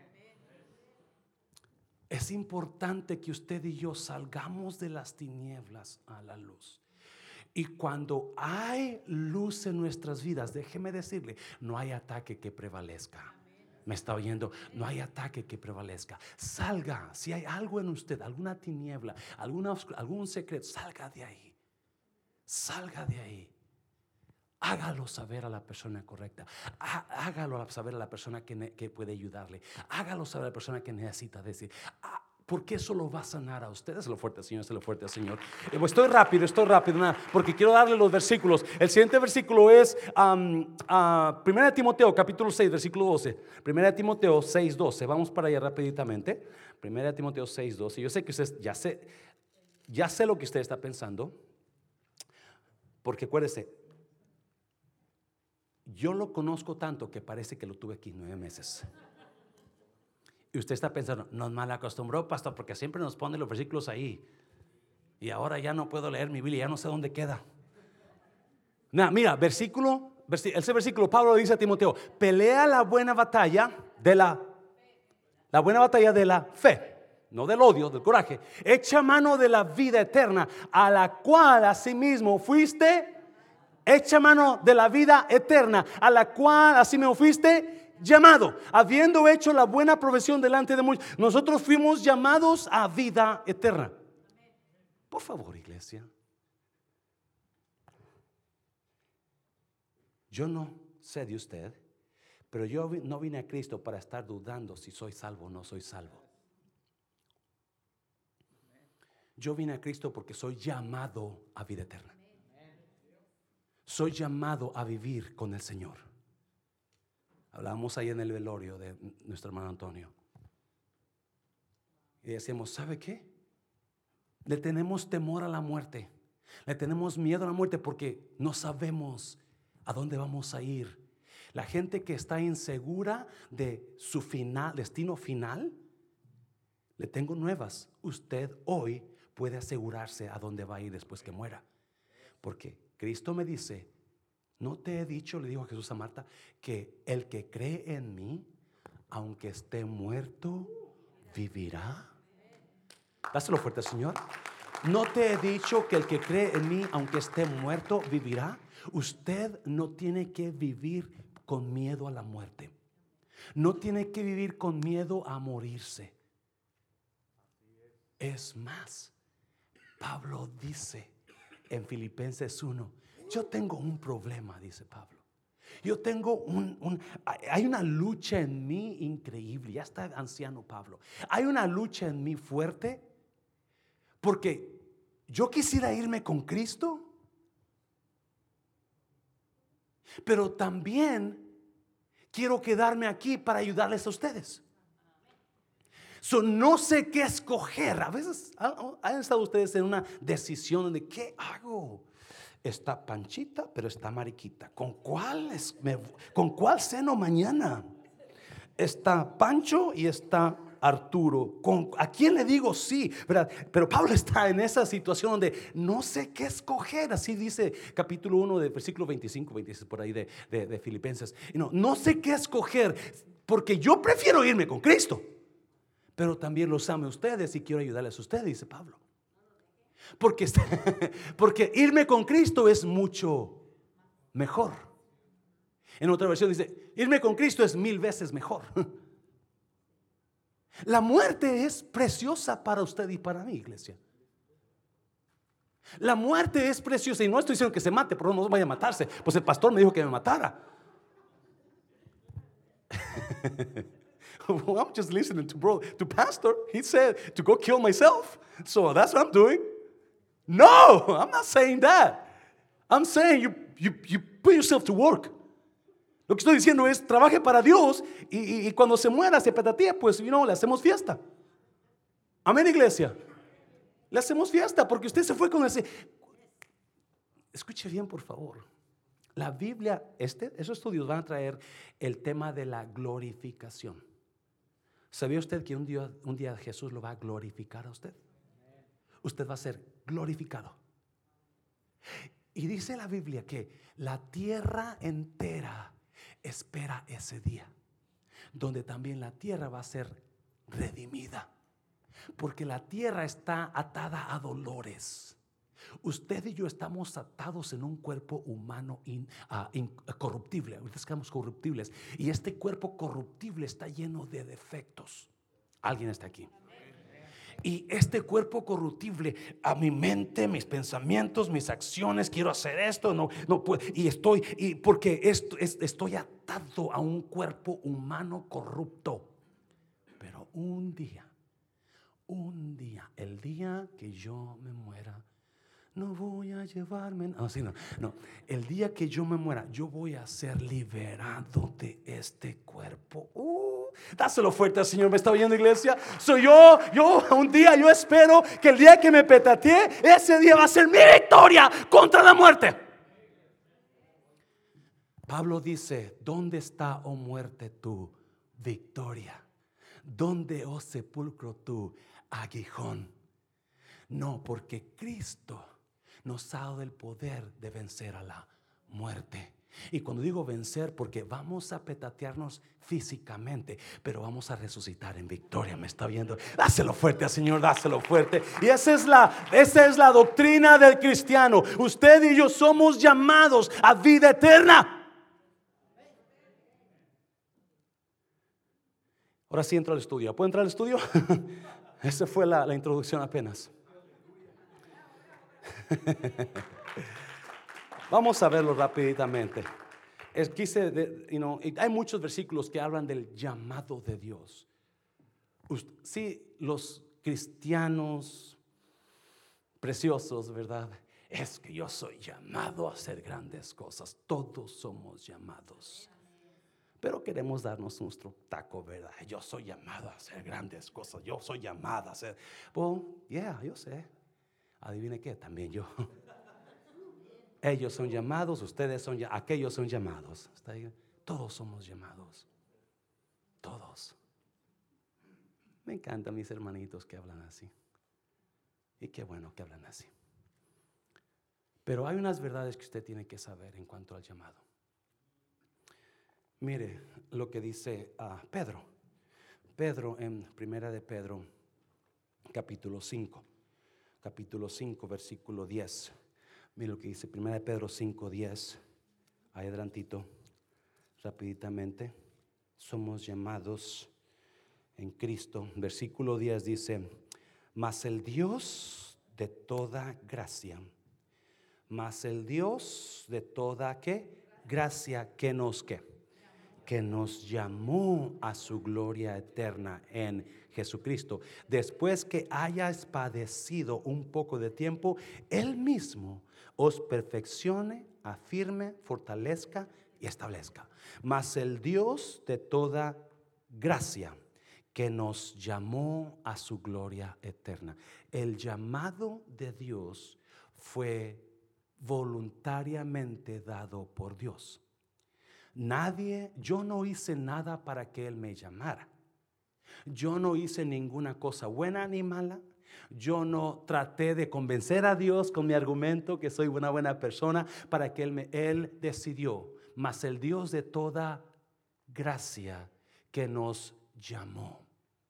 Es importante que usted y yo salgamos de las tinieblas a la luz. Y cuando hay luz en nuestras vidas, déjeme decirle, no hay ataque que prevalezca. Me está oyendo. No hay ataque que prevalezca. Salga. Si hay algo en usted, alguna tiniebla, alguna, algún secreto, salga de ahí. Salga de ahí. Hágalo saber a la persona correcta. Hágalo saber a la persona que, que puede ayudarle. Hágalo saber a la persona que necesita decir. Porque eso lo va a sanar a ustedes. Lo fuerte, Señor, es lo fuerte, Señor. Estoy rápido, estoy rápido, nada, porque quiero darle los versículos. El siguiente versículo es um, uh, primera de Timoteo, capítulo seis, versículo doce. primera de Timoteo seis, doce. Vamos para allá rapiditamente. primera de Timoteo seis, doce. Yo sé que usted, ya sé, ya sé lo que usted está pensando. Porque acuérdese, yo lo conozco tanto que parece que lo tuve aquí nueve meses. Y usted está pensando, nos mal acostumbró, pastor, porque siempre nos pone los versículos ahí. Y ahora ya no puedo leer mi Biblia, ya no sé dónde queda. Nah, mira, versículo, ese versículo, Pablo dice a Timoteo: pelea la buena batalla de la, la buena batalla de la fe, no del odio, del coraje. Echa mano de la vida eterna, a la cual asimismo fuiste. Echa mano de la vida eterna, a la cual asimismo fuiste llamado, habiendo hecho la buena profesión delante de muchos. Nosotros fuimos llamados a vida eterna. Por favor, iglesia, yo no sé de usted, pero yo no vine a Cristo para estar dudando si soy salvo o no soy salvo. Yo vine a Cristo porque soy llamado a vida eterna. Soy llamado a vivir con el Señor. Hablábamos ahí en el velorio de nuestro hermano Antonio y decíamos, ¿sabe qué? Le tenemos temor a la muerte. Le tenemos miedo a la muerte porque no sabemos a dónde vamos a ir. La gente que está insegura de su final, destino final, le tengo nuevas. Usted hoy puede asegurarse a dónde va a ir después que muera. Porque Cristo me dice, no te he dicho, le dijo Jesús a Marta, que el que cree en mí, aunque esté muerto, vivirá. Dáselo fuerte, Señor. No te he dicho que el que cree en mí, aunque esté muerto, vivirá. Usted no tiene que vivir con miedo a la muerte. No tiene que vivir con miedo a morirse. Es más, Pablo dice en Filipenses uno, yo tengo un problema, dice Pablo. Yo tengo un, un, hay una lucha en mí increíble. Ya está anciano Pablo. Hay una lucha en mí fuerte, porque yo quisiera irme con Cristo, pero también quiero quedarme aquí para ayudarles a ustedes. So, no sé qué escoger. A veces han estado ustedes en una decisión de qué hago. Está Panchita, pero está Mariquita. ¿Con cuál, es, me, ¿Con cuál ceno mañana? Está Pancho y está Arturo. ¿Con, ¿A quién le digo sí? ¿Verdad? Pero Pablo está en esa situación donde no sé qué escoger. Así dice capítulo uno de versículo veinticinco, veintiséis por ahí de, de, de Filipenses. Y no, no sé qué escoger, porque yo prefiero irme con Cristo, pero también los amo a ustedes y quiero ayudarles a ustedes, dice Pablo. Porque, porque irme con Cristo es mucho mejor. En otra versión dice, irme con Cristo es mil veces mejor. La muerte es preciosa para usted y para mí, iglesia. La muerte es preciosa. Y no estoy diciendo que se mate, pero no vaya a matarse. Pues el pastor me dijo que me matara. Well, I'm just listening to bro, to pastor. He said to go kill myself. So that's what I'm doing. No, I'm not saying that. I'm saying you, you, you put yourself to work. Lo que estoy diciendo es trabaje para Dios y, y, y cuando se muera, se petatía, pues you know, le hacemos fiesta. Amén, iglesia. Le hacemos fiesta porque usted se fue con ese. Escuche bien, por favor. La Biblia, este, esos estudios van a traer el tema de la glorificación. ¿Sabía usted que un día, un día Jesús lo va a glorificar a usted? Usted va a ser glorificado. Y dice la Biblia que la tierra entera espera ese día, donde también la tierra va a ser redimida, porque la tierra está atada a dolores. Usted y yo estamos atados en un cuerpo humano in, uh, incorruptible. Ahorita estamos corruptibles. Y este cuerpo corruptible está lleno de defectos. ¿Alguien está aquí? Y este cuerpo corruptible, a mi mente, mis pensamientos, mis acciones, quiero hacer esto, no, no puedo, y estoy, y porque esto, es, estoy atado a un cuerpo humano corrupto. Pero un día, un día, el día que yo me muera, no voy a llevarme, no, sí, no, no, el día que yo me muera, yo voy a ser liberado de este cuerpo. Uh, Dáselo fuerte al Señor. ¿Me está oyendo, iglesia? Soy yo, yo un día, yo espero que el día que me petatee, ese día va a ser mi victoria contra la muerte. Pablo dice: ¿dónde está, oh muerte, tu victoria? ¿Dónde, oh sepulcro, tu aguijón? No, porque Cristo nos ha dado el poder de vencer a la muerte. Y cuando digo vencer, porque vamos a petatearnos físicamente, pero vamos a resucitar en victoria. ¿Me está viendo? Dáselo fuerte al Señor, dáselo fuerte. Y esa es la, esa es la doctrina del cristiano. Usted y yo somos llamados a vida eterna. Ahora sí entro al estudio. ¿Puedo entrar al estudio? Esa fue la, la introducción apenas. Vamos a verlo rápidamente. Es, quise de, you know, hay muchos versículos que hablan del llamado de Dios. Sí, los cristianos preciosos, ¿verdad? Es que yo soy llamado a hacer grandes cosas. Todos somos llamados. Pero queremos darnos nuestro taco, ¿verdad? Yo soy llamado a hacer grandes cosas. Yo soy llamado a hacer. Well, yeah, yo sé. Adivine qué, también yo. Ellos son llamados, ustedes son llamados, aquellos son llamados. ¿Está ahí? Todos somos llamados. Todos. Me encantan mis hermanitos que hablan así. Y qué bueno que hablan así. Pero hay unas verdades que usted tiene que saber en cuanto al llamado. Mire lo que dice uh, Pedro. Pedro en Primera de Pedro, capítulo cinco. Capítulo cinco, versículo diez. Mire lo que dice Primera de Pedro cinco, diez. Ahí adelantito, rapiditamente. Somos llamados en Cristo. Versículo diez dice: mas el Dios de toda gracia, mas el Dios de toda ¿qué? Gracia que nos ¿qué? Que nos llamó a su gloria eterna en Jesucristo, después que hayas padecido un poco de tiempo, Él mismo os perfeccione, afirme, fortalezca y establezca. Mas el Dios de toda gracia, que nos llamó a su gloria eterna. El llamado de Dios fue voluntariamente dado por Dios. Nadie, yo no hice nada para que Él me llamara. Yo no hice ninguna cosa buena ni mala. Yo no traté de convencer a Dios con mi argumento que soy una buena persona para que Él me, Él decidió. Mas el Dios de toda gracia que nos llamó.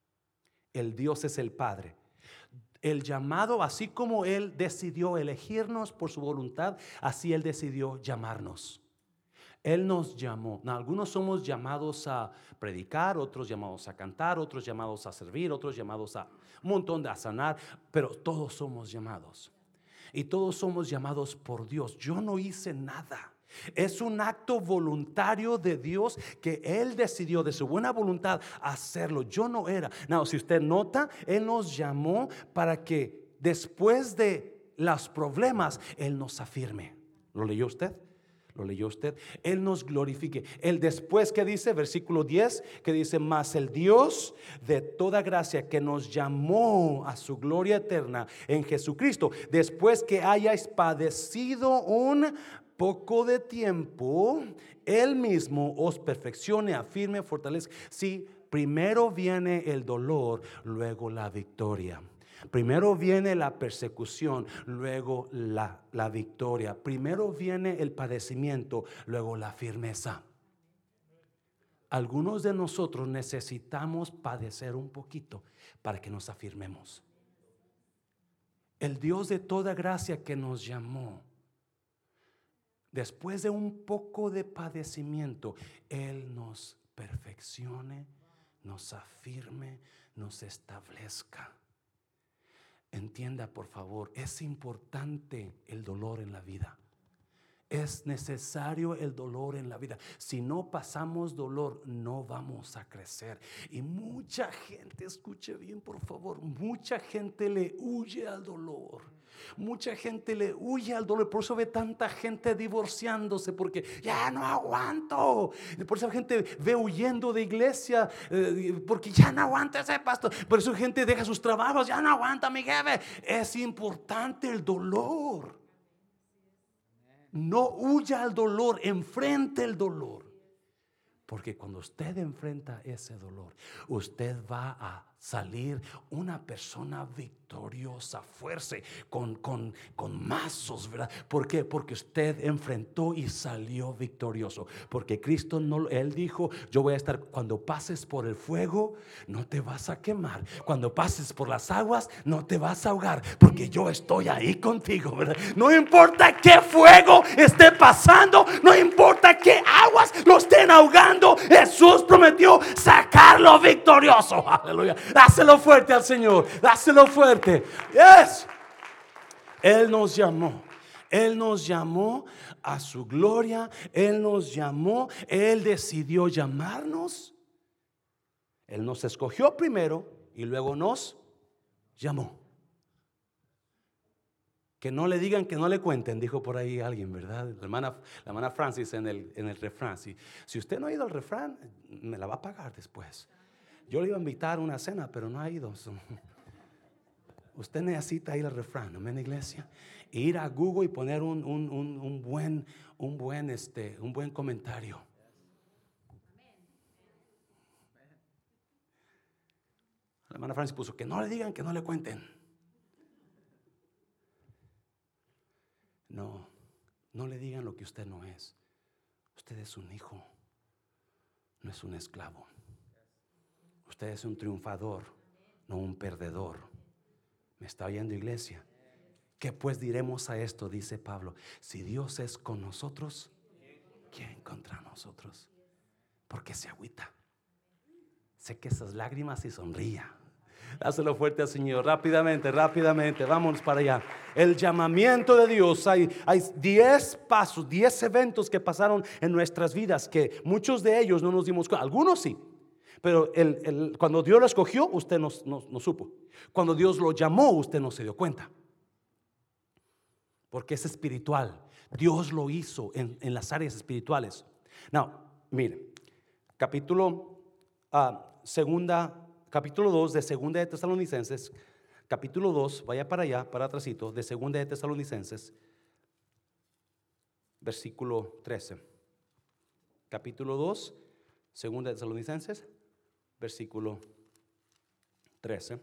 El Dios es el Padre. El llamado, así como Él decidió elegirnos por su voluntad, así Él decidió llamarnos. Él nos llamó. No, algunos somos llamados a predicar, otros llamados a cantar, otros llamados a servir, otros llamados a un montón de a sanar, pero todos somos llamados. Y todos somos llamados por Dios. Yo no hice nada. Es un acto voluntario de Dios que Él decidió de su buena voluntad hacerlo. Yo no era. No, si usted nota, Él nos llamó para que después de los problemas Él nos afirme. ¿Lo leyó usted? ¿Lo leyó usted? Él nos glorifique. Él después que dice, versículo diez, que dice: mas el Dios de toda gracia que nos llamó a su gloria eterna en Jesucristo, después que hayáis padecido un poco de tiempo, Él mismo os perfeccione, afirme, fortalezca. Sí, primero viene el dolor, luego la victoria. Primero viene la persecución, luego la, la victoria. Primero viene el padecimiento, luego la firmeza. Algunos de nosotros necesitamos padecer un poquito para que nos afirmemos. el Dios de toda gracia que nos llamó, después de un poco de padecimiento, Él nos perfeccione, nos afirme, nos establezca. Entienda, por favor, es importante el dolor en la vida. Es necesario el dolor en la vida. Si no pasamos dolor, no vamos a crecer. Y mucha gente, escuche bien por favor, mucha gente le huye al dolor. Mucha gente le huye al dolor. Por eso ve tanta gente divorciándose, porque ya no aguanto. Por eso gente ve huyendo de iglesia, eh, porque ya no aguanta ese pastor. Por eso gente deja sus trabajos, ya no aguanta mi jefe. Es importante el dolor. No huya al dolor, enfrente el dolor. Porque cuando usted enfrenta ese dolor, usted va a salir una persona victoriosa, fuerte, con, con, con mazos, ¿verdad? ¿Por qué? Porque usted enfrentó y salió victorioso. Porque Cristo no, Él dijo, yo voy a estar, cuando pases por el fuego, no te vas a quemar. Cuando pases por las aguas, no te vas a ahogar, porque yo estoy ahí contigo, ¿verdad? No importa qué fuego esté pasando, no importa qué aguas lo estén ahogando, Jesús prometió sacarlo victorioso. Aleluya. Dáselo fuerte al Señor, dáselo fuerte. Yes. Él nos llamó. Él nos llamó a su gloria. Él nos llamó. Él decidió llamarnos. Él nos escogió primero y luego nos llamó. Que no le digan, que no le cuenten, dijo por ahí alguien, ¿verdad? La hermana, la hermana Francis en el, en el refrán. Si, si usted no ha ido al refrán, me la va a pagar después. Yo le iba a invitar a una cena, pero no ha ido. Usted necesita ir al refrán, amén, iglesia. E ir a Google y poner un, un, un, un buen, un buen, este, un buen comentario. La hermana Francis puso que no le digan, que no le cuenten. No, no le digan lo que usted no es. Usted es un hijo, no es un esclavo. Usted es un triunfador, no un perdedor. ¿Me está oyendo, iglesia? ¿Qué pues diremos a esto? Dice Pablo. Si Dios es con nosotros, ¿quién contra nosotros? Porque se agüita. Sé que esas lágrimas y sonría. Dáselo fuerte al Señor, rápidamente, rápidamente, vámonos para allá. El llamamiento de Dios, hay, hay diez pasos, diez eventos que pasaron en nuestras vidas, que muchos de ellos no nos dimos cuenta, algunos sí, pero el, el, cuando Dios lo escogió, usted no, no, no supo. Cuando Dios lo llamó, usted no se dio cuenta, porque es espiritual. Dios lo hizo en, en las áreas espirituales. Now, mire, capítulo uh, segunda Capítulo dos de Segunda de Tesalonicenses, capítulo dos, vaya para allá, para atrásito, de Segunda de Tesalonicenses, versículo trece. Capítulo dos, Segunda de Tesalonicenses, versículo trece.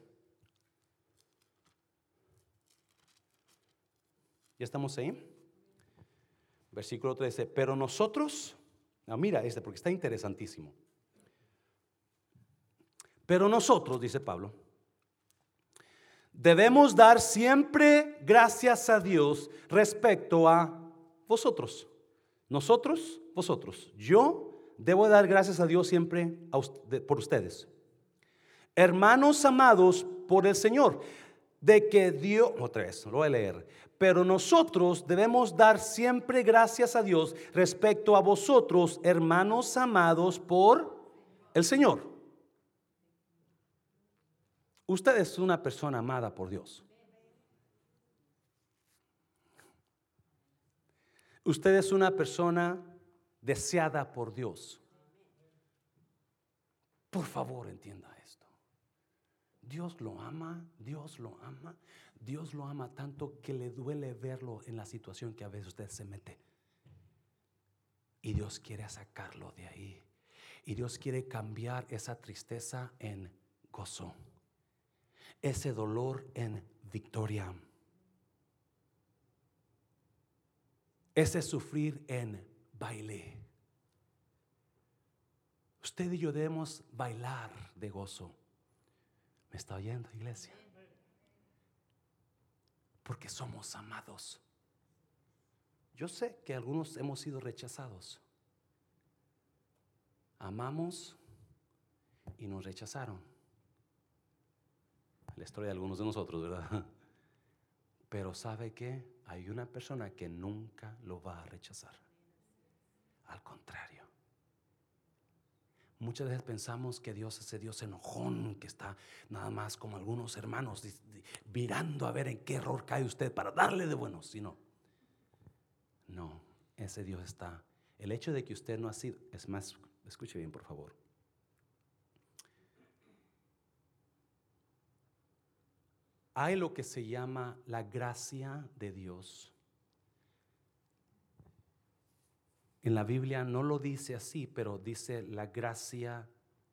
¿Ya estamos ahí? Versículo trece. Pero nosotros, no, mira este porque está interesantísimo. Pero nosotros, dice Pablo, debemos dar siempre gracias a Dios respecto a vosotros. Nosotros, vosotros. Yo debo dar gracias a Dios siempre a usted, por ustedes. Hermanos amados por el Señor, de que Dios, otra vez, lo voy a leer. Pero nosotros debemos dar siempre gracias a Dios respecto a vosotros, hermanos amados por el Señor. Usted es una persona amada por Dios. Usted es una persona deseada por Dios. Por favor, entienda esto. Dios lo ama, Dios lo ama, Dios lo ama tanto que le duele verlo en la situación que a veces usted se mete. Y Dios quiere sacarlo de ahí. Y Dios quiere cambiar esa tristeza en gozo. Ese dolor en victoria. Ese sufrir en baile. Usted y yo debemos bailar de gozo. ¿Me está oyendo, iglesia? porque somos amados. Yo sé que algunos hemos sido rechazados. Amamos y nos rechazaron. La historia de algunos de nosotros, ¿verdad? Pero ¿sabe qué? Hay una persona que nunca lo va a rechazar. Al contrario. Muchas veces pensamos que Dios es ese Dios enojón, que está nada más como algunos hermanos mirando a ver en qué error cae usted para darle de buenos. Si no, no, ese Dios está. El hecho de que usted no ha sido, es más, escuche bien por favor. Hay lo que se llama la gracia de Dios. En la Biblia no lo dice así, pero dice la gracia,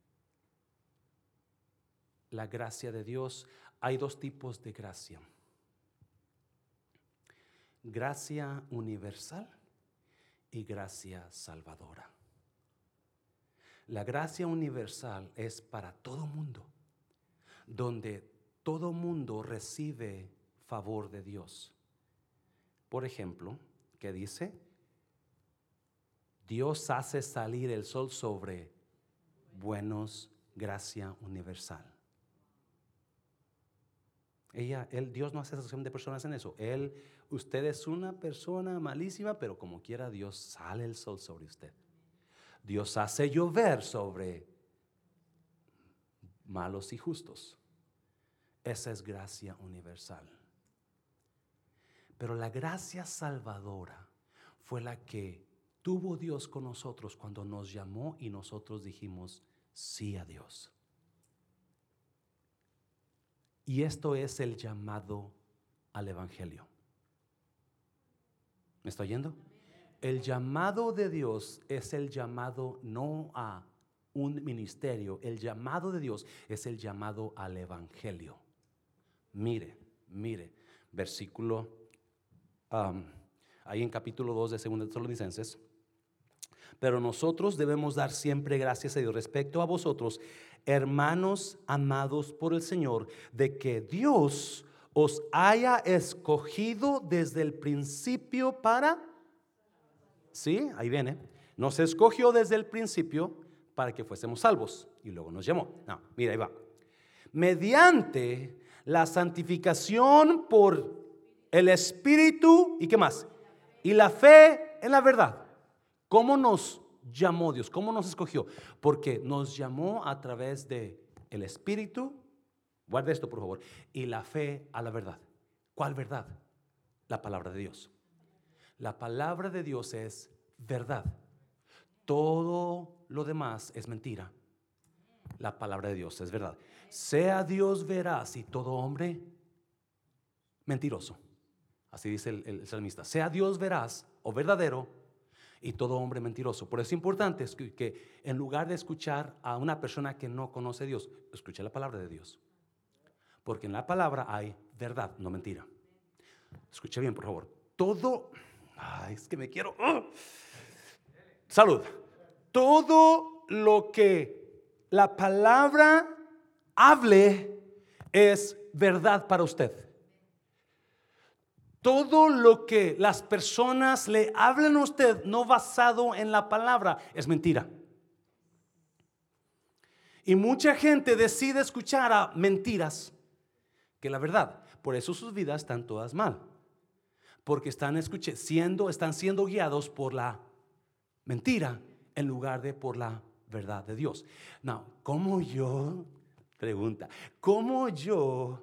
la gracia de Dios. Hay dos tipos de gracia: gracia universal y gracia salvadora. La gracia universal es para todo mundo, donde todo mundo recibe favor de Dios. Por ejemplo, ¿qué dice? Dios hace salir el sol sobre buenos, gracia universal. Ella, él, Dios no hace excepción de personas en eso. Él, usted es una persona malísima, pero como quiera Dios sale el sol sobre usted. Dios hace llover sobre malos y justos. Esa es gracia universal. Pero la gracia salvadora fue la que tuvo Dios con nosotros cuando nos llamó y nosotros dijimos sí a Dios. Y esto es el llamado al evangelio. ¿Me está oyendo? El llamado de Dios es el llamado no a un ministerio. El llamado de Dios es el llamado al evangelio. Mire, mire, versículo um, ahí en capítulo dos de segunda de Tesalonicenses. Pero nosotros debemos dar siempre gracias a Dios respecto a vosotros, hermanos amados por el Señor, de que Dios os haya escogido desde el principio para, sí, ahí viene, nos escogió desde el principio para que fuésemos salvos y luego nos llamó. No, mira, ahí va. Mediante la santificación por el Espíritu y qué más, y la fe en la verdad. ¿Cómo nos llamó Dios? ¿Cómo nos escogió? Porque nos llamó a través de el Espíritu, guarda esto por favor, y la fe a la verdad. ¿Cuál verdad? La palabra de Dios. La palabra de Dios es verdad. Todo lo demás es mentira. La palabra de Dios es verdad. Sea Dios veraz y todo hombre mentiroso. Así dice el, el salmista. Sea Dios veraz o verdadero y todo hombre mentiroso. Por eso es importante que, que en lugar de escuchar a una persona que no conoce a Dios, escuche la palabra de Dios. Porque en la palabra hay verdad, no mentira. Escuche bien, por favor. Todo, ay, es que me quiero. ¡Oh! Salud. Todo lo que la palabra hable es verdad para usted. Todo lo que las personas le hablen a usted no basado en la palabra es mentira. Y mucha gente decide escuchar a mentiras que la verdad. Por eso sus vidas están todas mal. Porque están escuchando, siendo, están siendo guiados por la mentira en lugar de por la verdad de Dios. No, ¿cómo yo? Pregunta, ¿cómo yo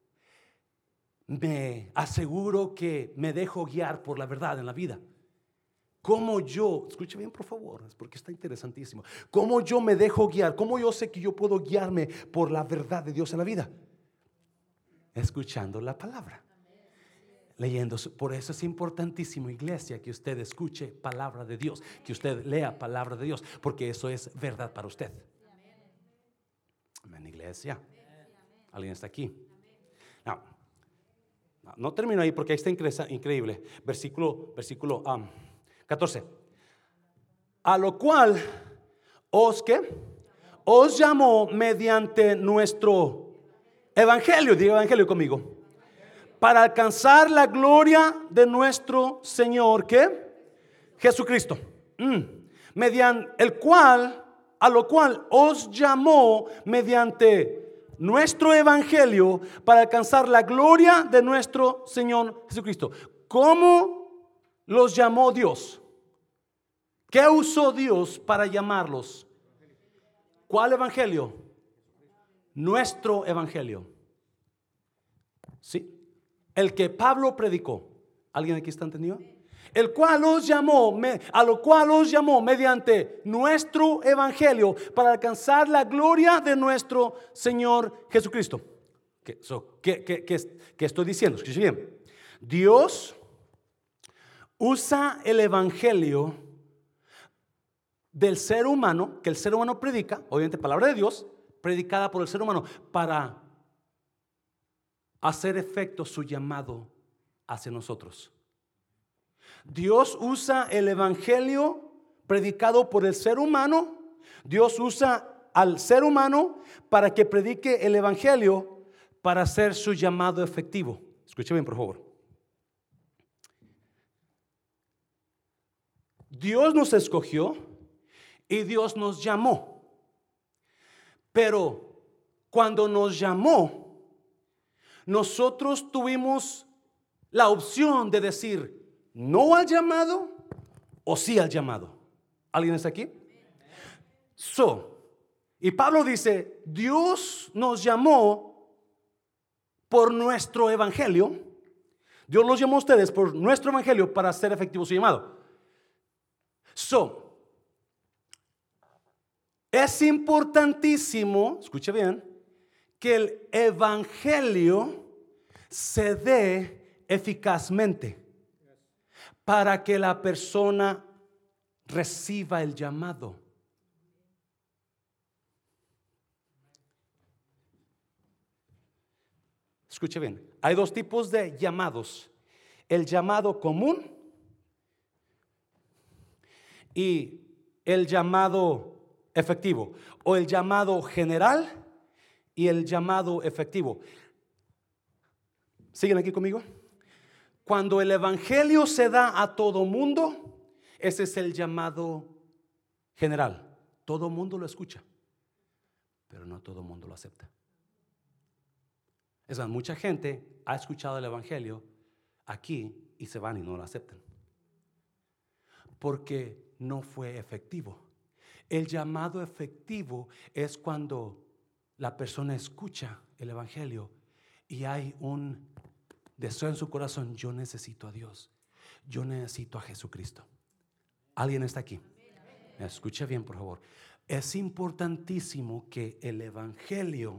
me aseguro que me dejo guiar por la verdad en la vida? ¿Cómo yo, escuche bien por favor, porque está interesantísimo, cómo yo me dejo guiar? ¿Cómo yo sé que yo puedo guiarme por la verdad de Dios en la vida? Escuchando la palabra, leyendo. Por eso es importantísimo, iglesia, que usted escuche palabra de Dios, que usted lea palabra de Dios, porque eso es verdad para usted. Amén, iglesia. ¿Alguien está aquí? No, no, no termino ahí porque ahí está increíble. Versículo, versículo um, catorce. A lo cual os que os llamó mediante nuestro evangelio, diga evangelio conmigo, Para alcanzar la gloria de nuestro Señor, ¿qué? Jesucristo. Mm. Mediante el cual, a lo cual os llamó mediante nuestro evangelio para alcanzar la gloria de nuestro Señor Jesucristo. ¿Cómo los llamó Dios? ¿Qué usó Dios para llamarlos? ¿Cuál evangelio? Nuestro evangelio. Sí. El que Pablo predicó. ¿Alguien aquí está entendido? El cual os llamó, a lo cual os llamó mediante nuestro evangelio para alcanzar la gloria de nuestro Señor Jesucristo. ¿Qué, so, qué, qué, qué, qué estoy diciendo? Escuche bien. Dios usa el evangelio del ser humano, que el ser humano predica, obviamente palabra de Dios, predicada por el ser humano, para hacer efecto su llamado hacia nosotros. Dios usa el evangelio predicado por el ser humano. Dios usa al ser humano para que predique el evangelio para hacer su llamado efectivo. Escuche bien, por favor. Dios nos escogió y Dios nos llamó. Pero cuando nos llamó, nosotros tuvimos la opción de decir no al llamado o sí al llamado. ¿Alguien está aquí? So, y Pablo dice, Dios nos llamó por nuestro evangelio. Dios los llamó a ustedes por nuestro evangelio para hacer efectivo su llamado. So, es importantísimo, escuche bien, que el evangelio se dé eficazmente para que la persona reciba el llamado. Escuche bien, hay dos tipos de llamados: el llamado común y el llamado efectivo, o el llamado general y el llamado efectivo. ¿Siguen aquí conmigo? Cuando el evangelio se da a todo mundo, ese es el llamado general. Todo mundo lo escucha, pero no todo mundo lo acepta. Es más, mucha gente ha escuchado el evangelio aquí y se van y no lo aceptan porque no fue efectivo. El llamado efectivo es cuando la persona escucha el evangelio y hay un deseo en su corazón: yo necesito a Dios, yo necesito a Jesucristo. ¿Alguien está aquí? Me escucha bien, por favor. Es importantísimo que el evangelio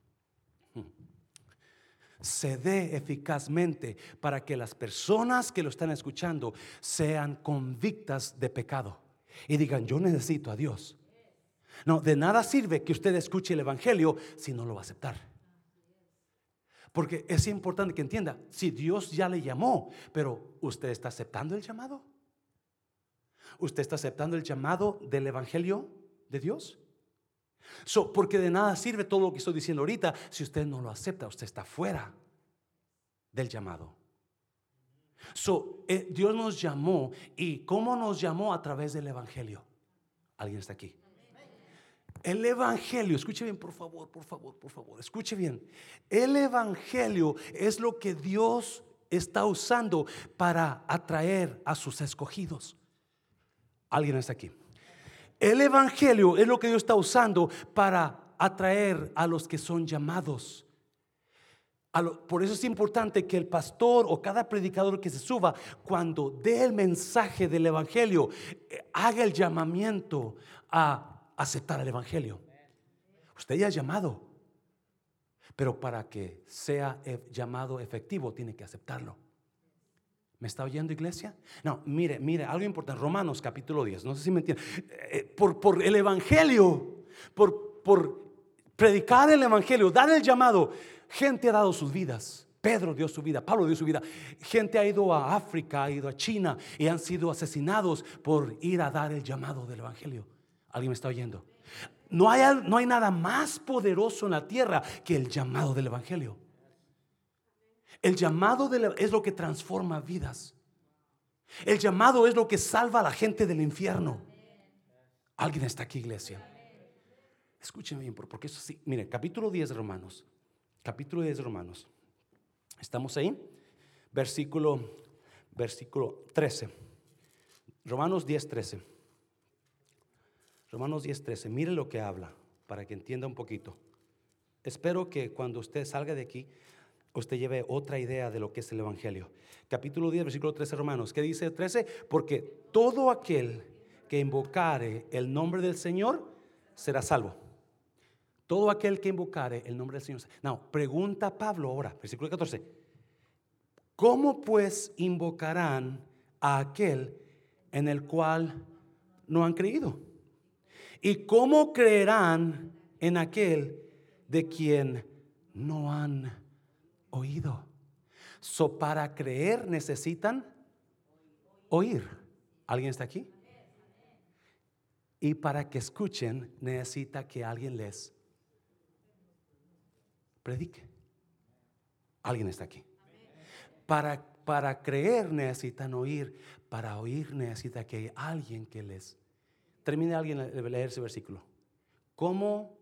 se dé eficazmente para que las personas que lo están escuchando sean convictas de pecado y digan: yo necesito a Dios. No, de nada sirve que usted escuche el evangelio si no lo va a aceptar. Porque es importante que entienda, si Dios ya le llamó, pero ¿usted está aceptando el llamado? ¿Usted está aceptando el llamado del evangelio de Dios? So, porque de nada sirve todo lo que estoy diciendo ahorita si usted no lo acepta. Usted está fuera del llamado. So, eh, Dios nos llamó. ¿Y cómo nos llamó? A través del evangelio. ¿Alguien está aquí? El evangelio, escuche bien, por favor, por favor, por favor, escuche bien. El evangelio es lo que Dios está usando para atraer a sus escogidos. ¿Alguien está aquí? El evangelio es lo que Dios está usando para atraer a los que son llamados. A lo, por eso es importante que el pastor o cada predicador que se suba, cuando dé el mensaje del evangelio, eh, haga el llamamiento a aceptar el evangelio. Usted ya es llamado, pero para que sea llamado efectivo tiene que aceptarlo. ¿Me está oyendo, iglesia? No, mire, mire, algo importante. Romanos capítulo diez, no sé si me entienden. Eh, por, por el evangelio, por, por predicar el evangelio, dar el llamado, gente ha dado sus vidas. Pedro dio su vida, Pablo dio su vida. Gente ha ido a África, ha ido a China y han sido asesinados por ir a dar el llamado del evangelio. ¿Alguien me está oyendo? No hay, no hay nada más poderoso en la tierra que el llamado del evangelio. El llamado de la- es lo que transforma vidas. El llamado es lo que salva a la gente del infierno. ¿Alguien está aquí, iglesia? Escúcheme bien, porque eso sí. Mire, capítulo diez de Romanos. Capítulo diez de Romanos. ¿Estamos ahí? Versículo, versículo trece. Romanos diez, trece. Romanos diez, trece. Mire lo que habla para que entienda un poquito. Espero que cuando usted salga de aquí, usted lleve otra idea de lo que es el evangelio. Capítulo diez, versículo trece, Romanos. ¿Qué dice trece? Porque todo aquel que invocare el nombre del Señor será salvo. Todo aquel que invocare el nombre del Señor. No, pregunta Pablo ahora, versículo catorce. ¿Cómo pues invocarán a aquel en el cual no han creído? ¿Y cómo creerán en aquel de quien no han oído? So, para creer necesitan oír. ¿Alguien está aquí? Y para que escuchen necesita que alguien les predique. ¿Alguien está aquí? Para, para creer necesitan oír. Para oír necesita que haya alguien que les. Termine alguien de leer ese versículo. ¿Cómo?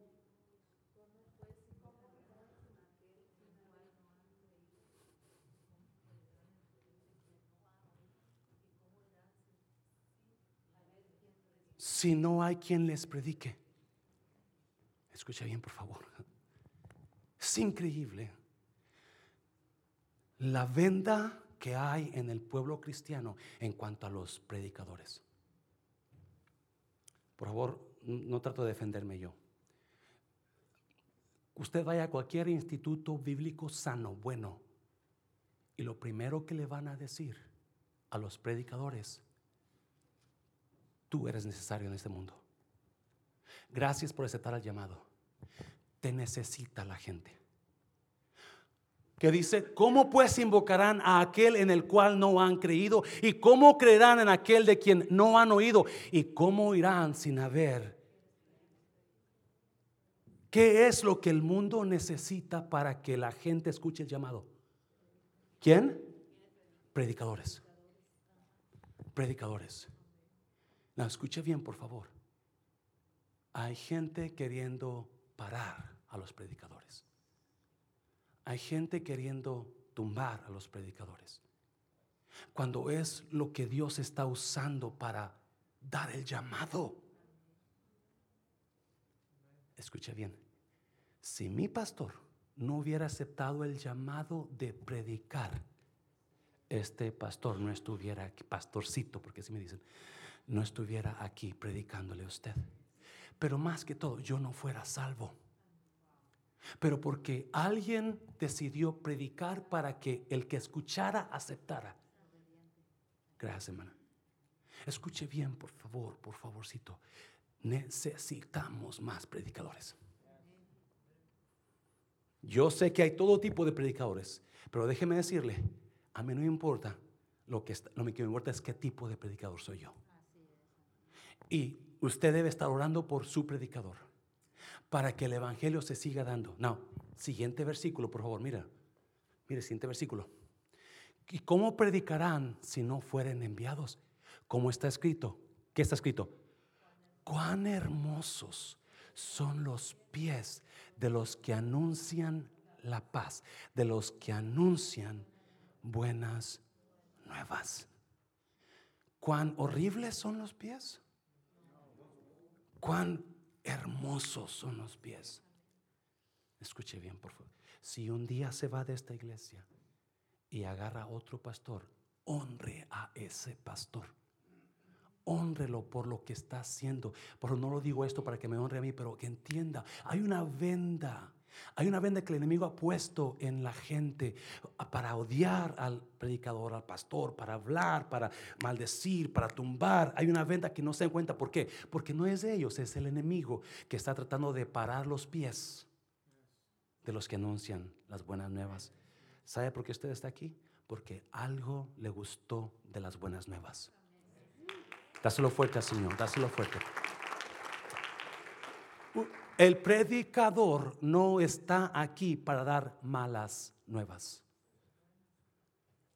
Si no hay quien les predique. Escucha bien, por favor. Es increíble la venda que hay en el pueblo cristiano en cuanto a los predicadores. Por favor, no trato de defenderme yo. Usted vaya a cualquier instituto bíblico sano, bueno, y lo primero que le van a decir a los predicadores: tú eres necesario en este mundo. Gracias por aceptar el llamado. Te necesita la gente. Que dice: ¿cómo pues invocarán a aquel en el cual no han creído? ¿Y cómo creerán en aquel de quien no han oído? ¿Y cómo irán sin haber? ¿Qué es lo que el mundo necesita para que la gente escuche el llamado? ¿Quién? Predicadores. Predicadores. No, escuche bien, por favor. Hay gente queriendo parar a los predicadores. Hay gente queriendo tumbar a los predicadores, cuando es lo que Dios está usando para dar el llamado. Escuche bien. Si mi pastor no hubiera aceptado el llamado de predicar, este pastor no estuviera aquí, pastorcito, porque así me dicen, no estuviera aquí predicándole a usted. Pero más que todo, yo no fuera salvo. Pero porque alguien decidió predicar para que el que escuchara aceptara. Gracias, hermana. Escuche bien, por favor, por favorcito. Necesitamos más predicadores. Yo sé que hay todo tipo de predicadores, pero déjeme decirle, a mí no me importa. Lo que, está, lo que me importa es qué tipo de predicador soy yo. Y usted debe estar orando por su predicador para que el evangelio se siga dando. No, siguiente versículo, por favor, mira. Mire, siguiente versículo. ¿Y cómo predicarán si no fueren enviados? Como está escrito. ¿Qué está escrito? Cuán hermosos son los pies de los que anuncian la paz, de los que anuncian buenas nuevas. Cuán horribles son los pies. Cuán hermosos son los pies. Escuche bien, por favor. Si un día se va de esta iglesia y agarra a otro pastor, honre a ese pastor. Hónrelo por lo que está haciendo. Pero no lo digo esto para que me honre a mí, pero que entienda, hay una venda. Hay una venda que el enemigo ha puesto en la gente para odiar al predicador, al pastor, para hablar, para maldecir, para tumbar. Hay una venda que no se dan cuenta. ¿Por qué? Porque no es de ellos, es el enemigo que está tratando de parar los pies de los que anuncian las buenas nuevas. ¿Sabe por qué usted está aquí? Porque algo le gustó de las buenas nuevas. Dáselo fuerte al Señor, dáselo fuerte. El predicador no está aquí para dar malas nuevas.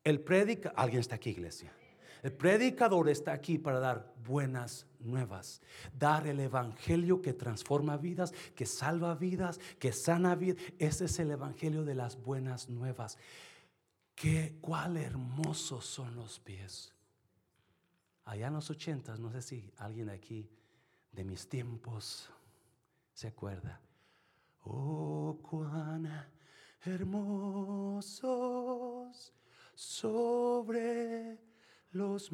El predica, alguien está aquí, iglesia. El predicador está aquí para dar buenas nuevas, dar el evangelio que transforma vidas, que salva vidas, que sana vidas. Ese es el evangelio de las buenas nuevas. Qué, cuál hermosos son los pies. Allá en los ochentas, no sé si alguien aquí de mis tiempos se acuerda. Oh, cuán hermosos sobre los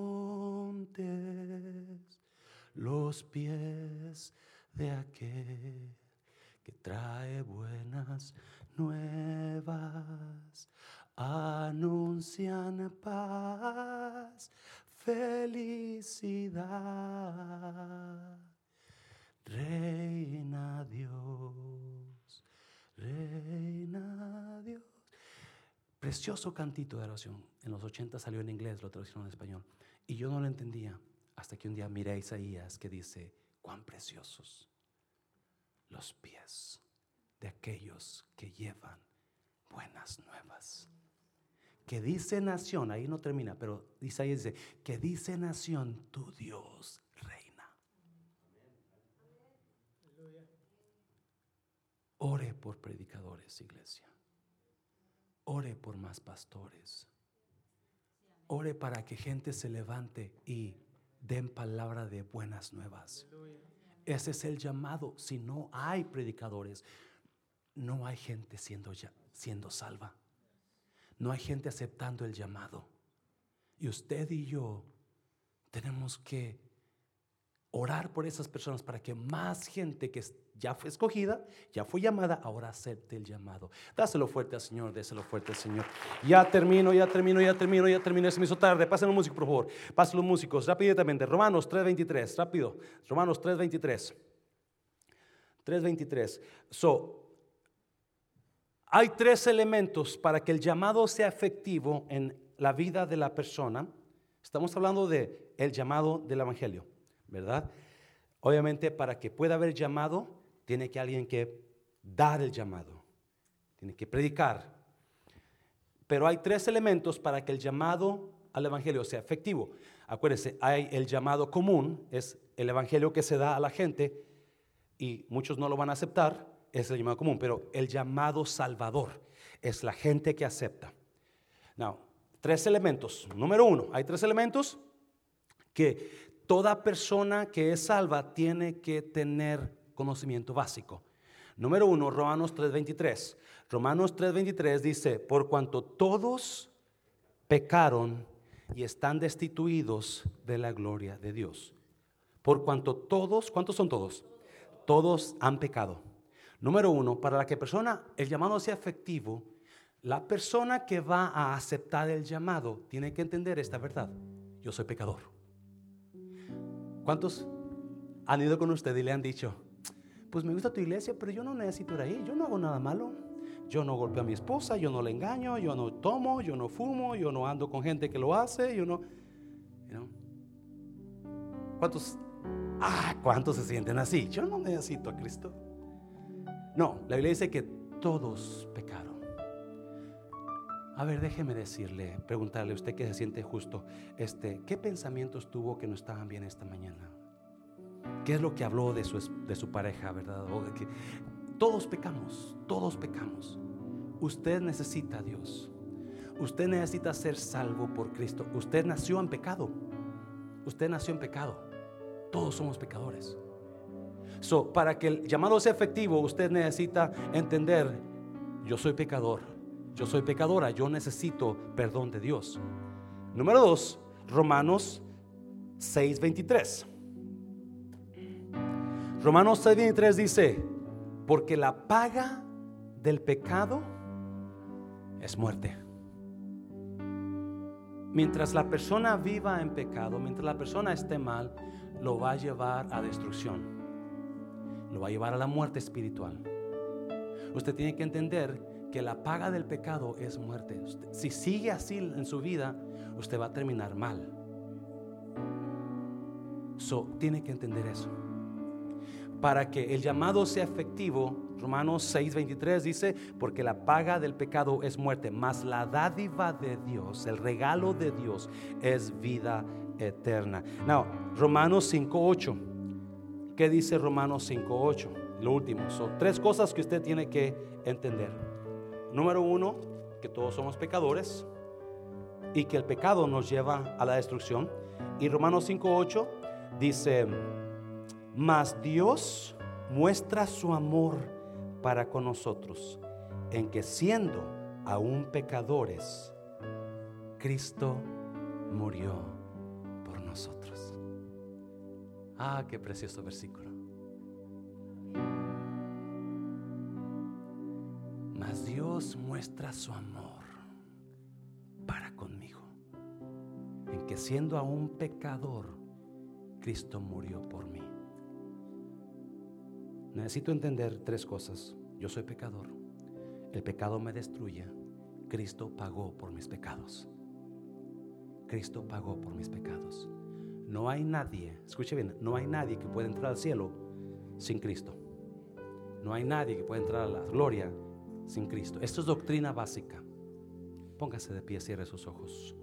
montes los pies de aquel que trae buenas nuevas, anuncian paz, felicidad. Reina Dios, reina Dios. Precioso cantito de oración. En los ochenta salió en inglés, lo tradujeron en español. Y yo no lo entendía hasta que un día miré a Isaías que dice: cuán preciosos los pies de aquellos que llevan buenas nuevas. Que dice nación, ahí no termina, pero Isaías dice: que dice nación, tu Dios reina. Ore por predicadores, iglesia. Ore por más pastores. Ore para que gente se levante y den palabra de buenas nuevas. Ese es el llamado. Si no hay predicadores, no hay gente siendo, siendo salva. No hay gente aceptando el llamado. Y usted y yo tenemos que orar por esas personas para que más gente que ya fue escogida, ya fue llamada, ahora acepte el llamado. Dáselo fuerte al Señor, dáselo fuerte al Señor. Ya termino, ya termino, ya termino, ya termino. Se me hizo tarde. Pasen los músicos, por favor. Pasen los músicos rápidamente. Romanos tres veintitrés, rápido. Romanos tres veintitrés. tres veintitrés. So, hay tres elementos para que el llamado sea efectivo en la vida de la persona. Estamos hablando de el llamado del evangelio, ¿verdad? Obviamente, para que pueda haber llamado, tiene que alguien que dar el llamado, tiene que predicar. Pero hay tres elementos para que el llamado al evangelio sea efectivo. Acuérdense, hay el llamado común, es el evangelio que se da a la gente y muchos no lo van a aceptar, es el llamado común. Pero el llamado salvador es la gente que acepta. Now, tres elementos. Número uno, hay tres elementos que toda persona que es salva tiene que tener conocimiento básico. Número uno, Romanos tres veintitrés. Romanos tres veintitrés dice: por cuanto todos pecaron y están destituidos de la gloria de Dios. Por cuanto todos, ¿cuántos son todos? Todos han pecado. Número uno, para que persona, el llamado sea efectivo, la persona que va a aceptar el llamado tiene que entender esta verdad: yo soy pecador. ¿Cuántos han ido con usted y le han dicho: pues me gusta tu iglesia, pero yo no necesito ir ahí, yo no hago nada malo, yo no golpeo a mi esposa, yo no le engaño, yo no tomo, yo no fumo, yo no ando con gente que lo hace, yo no, you know? ¿Cuántos, ah, cuántos se sienten así? Yo no necesito a Cristo. No, la Biblia dice que todos pecaron. A ver, déjeme decirle, preguntarle a usted que se siente justo, este, ¿qué pensamientos tuvo que no estaban bien esta mañana? ¿Qué es lo que habló de su, de su pareja, verdad? O de que todos pecamos, todos pecamos. Usted necesita a Dios. Usted necesita ser salvo por Cristo. Usted nació en pecado. Usted nació en pecado. Todos somos pecadores. So, para que el llamado sea efectivo, usted necesita entender: yo soy pecador, yo soy pecadora, yo necesito perdón de Dios. Número dos, Romanos seis veintitrés. Romanos seis veintitrés dice: porque la paga del pecado es muerte. Mientras la persona viva en pecado, mientras la persona esté mal, lo va a llevar a destrucción, lo va a llevar a la muerte espiritual. Usted tiene que entender que la paga del pecado es muerte. Usted, si sigue así en su vida, usted va a terminar mal. So, tiene que entender eso. para que el llamado sea efectivo, Romanos seis veintitrés dice, porque la paga del pecado es muerte, mas la dádiva de Dios, el regalo de Dios es vida eterna. Now, Romanos cinco ocho. ¿Qué dice Romanos cinco ocho? Lo último, son tres cosas que usted tiene que entender. Número uno, que todos somos pecadores y que el pecado nos lleva a la destrucción. Y Romanos cinco ocho dice, mas Dios muestra su amor para con nosotros, en que siendo aún pecadores, Cristo murió por nosotros. Ah, qué precioso versículo. Mas Dios muestra su amor para conmigo, en que siendo aún pecador, Cristo murió por mí. Necesito entender tres cosas. Yo soy pecador. El pecado me destruye. Cristo pagó por mis pecados. Cristo pagó por mis pecados. No hay nadie, escuche bien, no hay nadie que pueda entrar al cielo sin Cristo. No hay nadie que pueda entrar a la gloria sin Cristo. Esto es doctrina básica. Póngase de pie, cierre sus ojos.